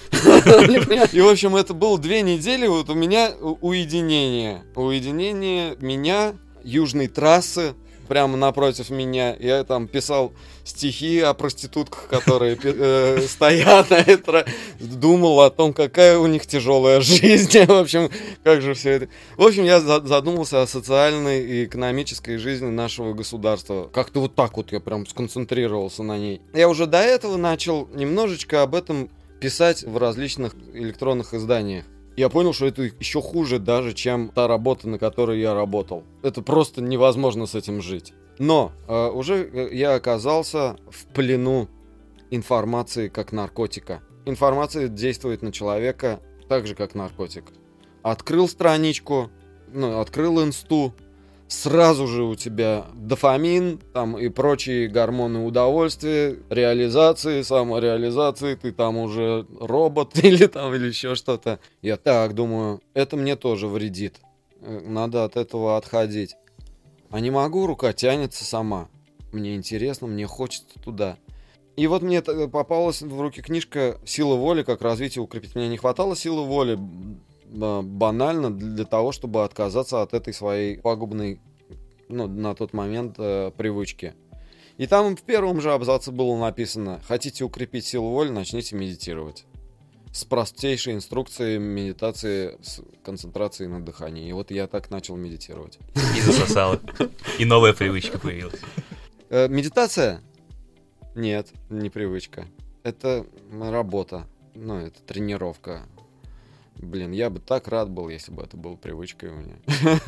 И, в общем, это было 2 недели, вот у меня уединение. Уединение меня, южной трассы, прямо напротив меня. Я там писал стихи о проститутках, которые стоят на это. Думал о том, какая у них тяжелая жизнь. В общем, как же все это. В общем, я задумался о социальной и экономической жизни нашего государства. Как-то вот так вот я прям сконцентрировался на ней. Я уже до этого начал немножечко об этом писать в различных электронных изданиях. Я понял, что это еще хуже даже, чем та работа, на которой я работал. Это просто невозможно с этим жить. Но уже я оказался в плену информации как наркотика. Информация действует на человека так же, как наркотик. Открыл страничку, открыл инсту, сразу же у тебя дофамин там и прочие гормоны удовольствия, реализации, самореализации, ты там уже робот или еще что-то. Я так думаю, это мне тоже вредит. Надо от этого отходить. А не могу, рука тянется сама. Мне интересно, мне хочется туда. И вот мне попалась в руки книжка «Сила воли. Как развить и укрепить». Мне не хватало силы воли банально для того, чтобы отказаться от этой своей пагубной, на тот момент, привычки. И там в первом же абзаце было написано: хотите укрепить силу воли, начните медитировать. С простейшей инструкцией медитации с концентрацией на дыхании. И вот я так начал медитировать. И засосало. И новая привычка появилась. Медитация? Нет, не привычка. Это работа. Это тренировка. Блин, я бы так рад был, если бы это было привычкой у меня.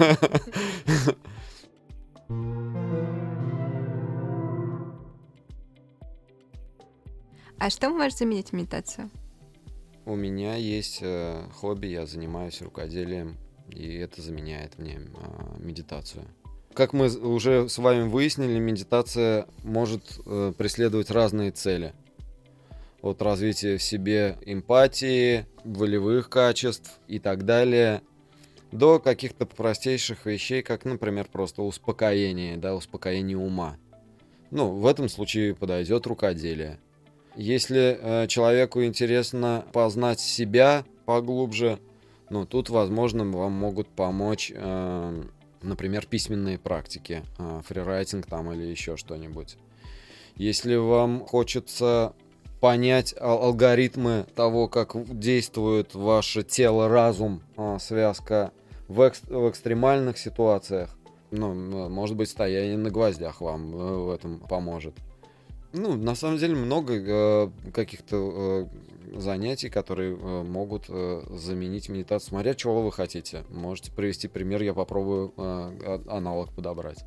А что может заменить медитацию? У меня есть хобби, я занимаюсь рукоделием, и это заменяет мне медитацию. Как мы уже с вами выяснили, медитация может преследовать разные цели. От развития в себе эмпатии, волевых качеств и так далее, до каких-то простейших вещей, как, например, просто успокоение, успокоение ума. В этом случае подойдет рукоделие. Если человеку интересно познать себя поглубже, тут, возможно, вам могут помочь, например, письменные практики, фрирайтинг там или еще что-нибудь. Если вам хочется понять алгоритмы того, как действует ваше тело, разум, связка в экстремальных ситуациях, может быть, стояние на гвоздях вам в этом поможет. На самом деле много каких-то занятий, которые могут заменить медитацию. Смотря чего вы хотите. Можете привести пример, я попробую аналог подобрать.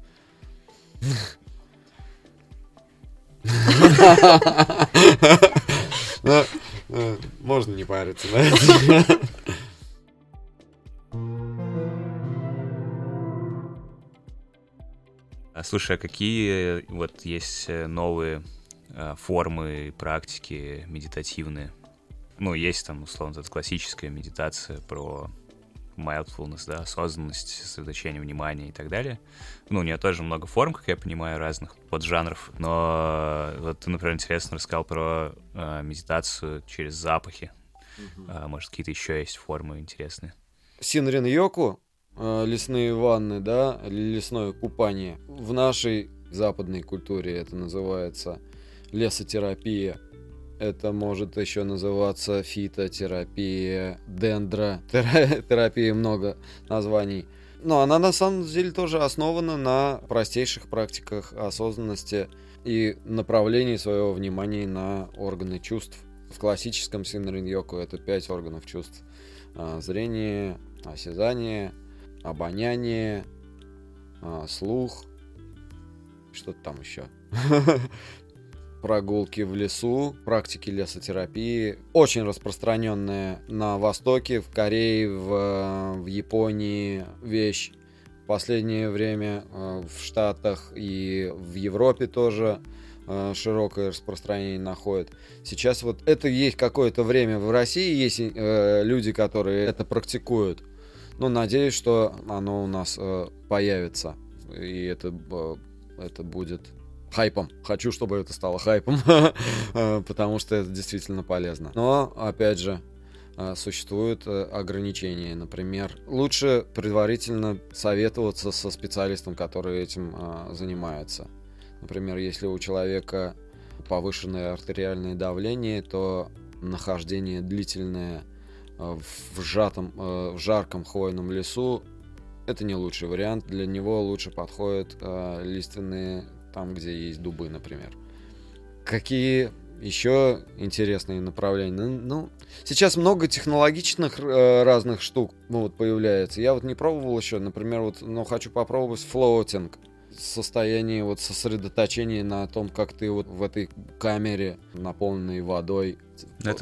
Можно не париться, да? Слушай, а какие есть новые формы, практики медитативные? Есть там, условно, классическая медитация про mindfulness, осознанность, сосредоточение внимания и так далее. У нее тоже много форм, как я понимаю, разных поджанров. Но ты, например, интересно рассказал про медитацию через запахи. Может, какие-то еще есть формы интересные? Синрин-йоку, лесные ванны, лесное купание. В нашей западной культуре это называется лесотерапия. Это может еще называться фитотерапия, дендротерапия, много названий. Но она на самом деле тоже основана на простейших практиках осознанности и направлении своего внимания на органы чувств. В классическом синрин-йоку это 5 органов чувств. Зрение, осязание, обоняние, слух, что-то там еще. Прогулки в лесу, практики лесотерапии, очень распространенная на Востоке, в Корее, в Японии вещь. В последнее время в Штатах и в Европе тоже широкое распространение находит. Сейчас это есть какое-то время в России, есть люди, которые это практикуют. Надеюсь, что оно у нас появится, и это будет хайпом. Хочу, чтобы это стало хайпом, потому что это действительно полезно. Но, опять же, существуют ограничения. Например, лучше предварительно советоваться со специалистом, который этим занимается. Например, если у человека повышенное артериальное давление, то нахождение длительное в жарком хвойном лесу — это не лучший вариант. Для него лучше подходят лиственные, там, где есть дубы, например. Какие еще интересные направления? Сейчас много технологичных разных штук появляется. Я не пробовал еще, например, хочу попробовать флоутинг. Состояние сосредоточения на том, как ты в этой камере, наполненной водой, это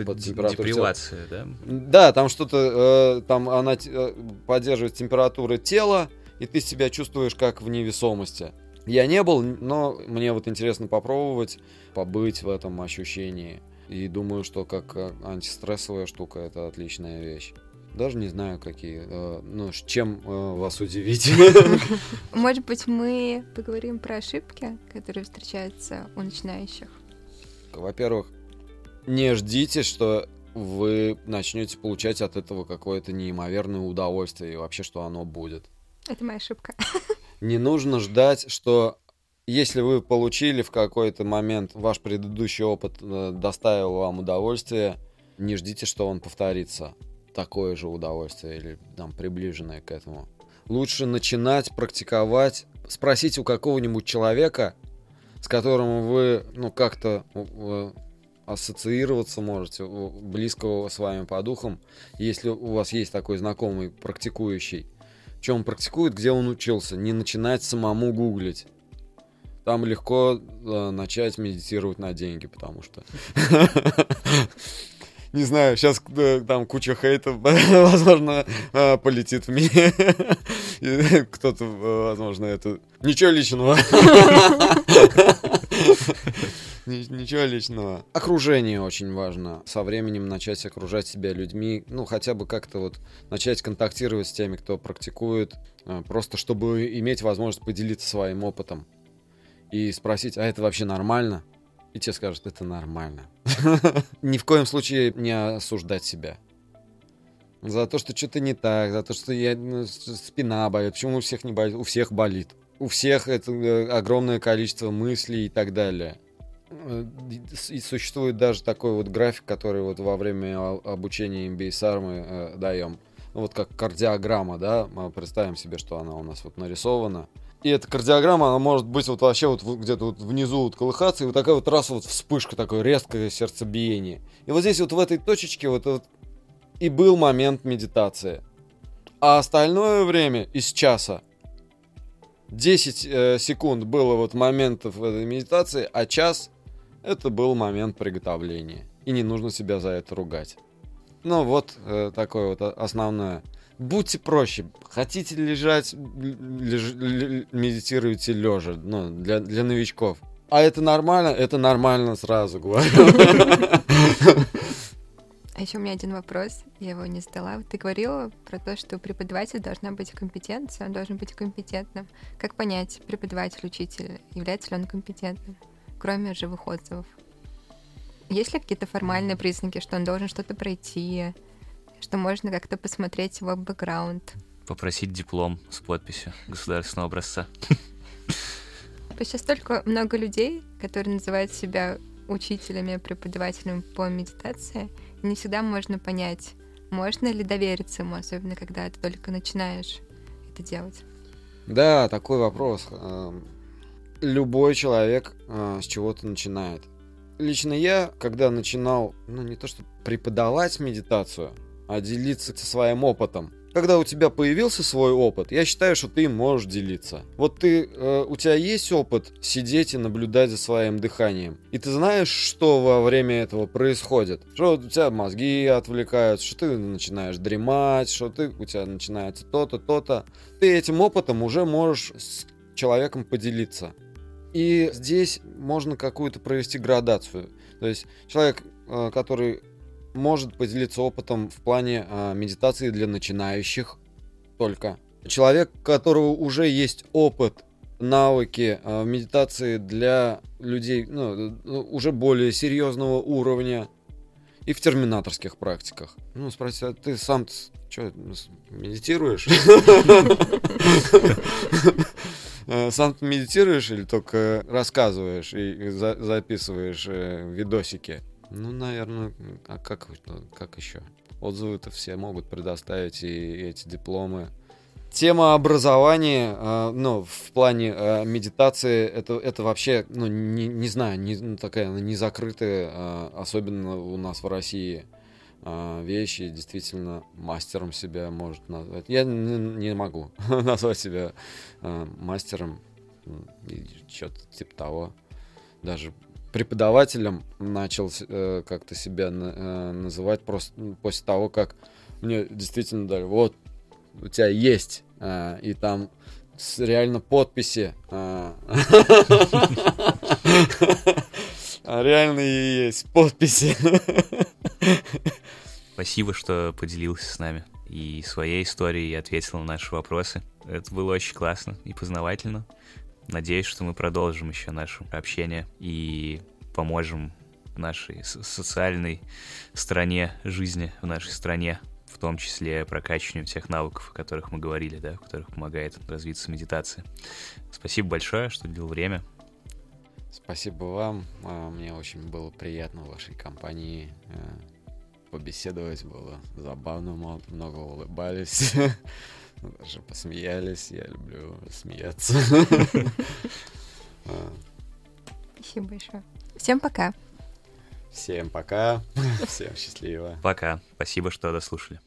депривация, да? Да, там что-то, там она поддерживает температуру тела, и ты себя чувствуешь как в невесомости. Я не был, но мне вот интересно попробовать, побыть в этом ощущении. И думаю, что как антистрессовая штука это отличная вещь. Даже не знаю, чем вас удивить. Может быть, мы поговорим про ошибки, которые встречаются у начинающих? Во-первых, не ждите, что вы начнете получать от этого какое-то неимоверное удовольствие и вообще, что оно будет. Это моя ошибка. Не нужно ждать, что если вы получили в какой-то момент, ваш предыдущий опыт доставил вам удовольствие, не ждите, что он повторится. Такое же удовольствие или там приближенное к этому. Лучше начинать практиковать, спросить у какого-нибудь человека, с которым вы как-то ассоциироваться можете, близкого с вами по духам, если у вас есть такой знакомый практикующий. Что он практикует, где он учился, не начинать самому гуглить. Там легко начать медитировать на деньги, потому что... Не знаю, сейчас там куча хейта, возможно, полетит в меня. Кто-то, возможно, это... Ничего личного. Ничего личного. Окружение очень важно. Со временем начать окружать себя людьми, хотя бы как-то вот начать контактировать с теми, кто практикует, просто чтобы иметь возможность поделиться своим опытом и спросить, а это вообще нормально? И тебе скажут, это нормально. Ни в коем случае не осуждать себя. За то, что что-то не так, за то, что спина болит. Почему у всех не болит? У всех болит. У всех это огромное количество мыслей и так далее. И существует даже такой вот график, который вот во время обучения MBSR мы даем. Вот как кардиограмма, да? Мы представим себе, что она у нас вот нарисована. И эта кардиограмма, она может быть вот вообще вот где-то вот внизу вот колыхаться, и вот такая вот раз вот вспышка, такое резкое сердцебиение. И вот здесь вот в этой точечке вот и был момент медитации. А остальное время из часа 10 секунд было вот моментов в этой медитации, а час это был момент приготовления. И не нужно себя за это ругать. Вот такое вот основное. Будьте проще. Хотите лежать, медитируйте лежа. Для новичков. А это нормально? Это нормально, сразу говорю. А еще у меня один вопрос, я его не задала. Ты говорила про то, что у преподавателя должна быть компетенция, он должен быть компетентным. Как понять, преподаватель, учитель, является ли он компетентным, кроме живых отзывов? Есть ли какие-то формальные признаки, что он должен что-то пройти, что можно как-то посмотреть его бэкграунд? Попросить диплом с подписью государственного образца. Сейчас столько много людей, которые называют себя учителями, преподавателями по медитации, и не всегда можно понять, можно ли довериться ему, особенно когда ты только начинаешь это делать. Да, такой вопрос. Любой человек с чего-то начинает. Лично я, когда начинал, не то что преподавать медитацию, а делиться своим опытом. Когда у тебя появился свой опыт, я считаю, что ты им можешь делиться. Вот у тебя есть опыт сидеть и наблюдать за своим дыханием. И ты знаешь, что во время этого происходит. Что у тебя мозги отвлекаются, что ты начинаешь дремать, что у тебя начинается то-то, то-то. Ты этим опытом уже можешь с человеком поделиться. И здесь можно какую-то провести градацию. То есть человек, который может поделиться опытом в плане медитации для начинающих только. Человек, у которого уже есть опыт, навыки медитации для людей уже более серьезного уровня и в терминаторских практиках. Спросите, а ты сам что, медитируешь? Сам ты медитируешь или только рассказываешь и записываешь видосики? Наверное, а как еще? Отзывы-то все могут предоставить, и эти дипломы. Тема образования, в плане медитации, это вообще, не знаю, такая не закрытая, особенно у нас в России, вещь, и действительно мастером себя может назвать. Я не могу назвать себя мастером, или что-то типа того. Даже преподавателем начал как-то себя называть просто после того, как мне действительно дали, вот, у тебя есть и там реально подписи. Реальные есть подписи. Спасибо, что поделился с нами и своей историей, и ответил на наши вопросы. Это было очень классно и познавательно. Надеюсь, что мы продолжим еще наше общение и поможем нашей социальной стороне жизни в нашей стране, в том числе прокачиванию тех навыков, о которых мы говорили, да, в которых помогает развиться медитация. Спасибо большое, что уделил время. Спасибо вам. Мне очень было приятно в вашей компании побеседовать. Было забавно, много улыбались. Даже посмеялись. Я люблю смеяться. Спасибо большое. Всем пока. Всем пока. Всем счастливо. Пока. Спасибо, что дослушали.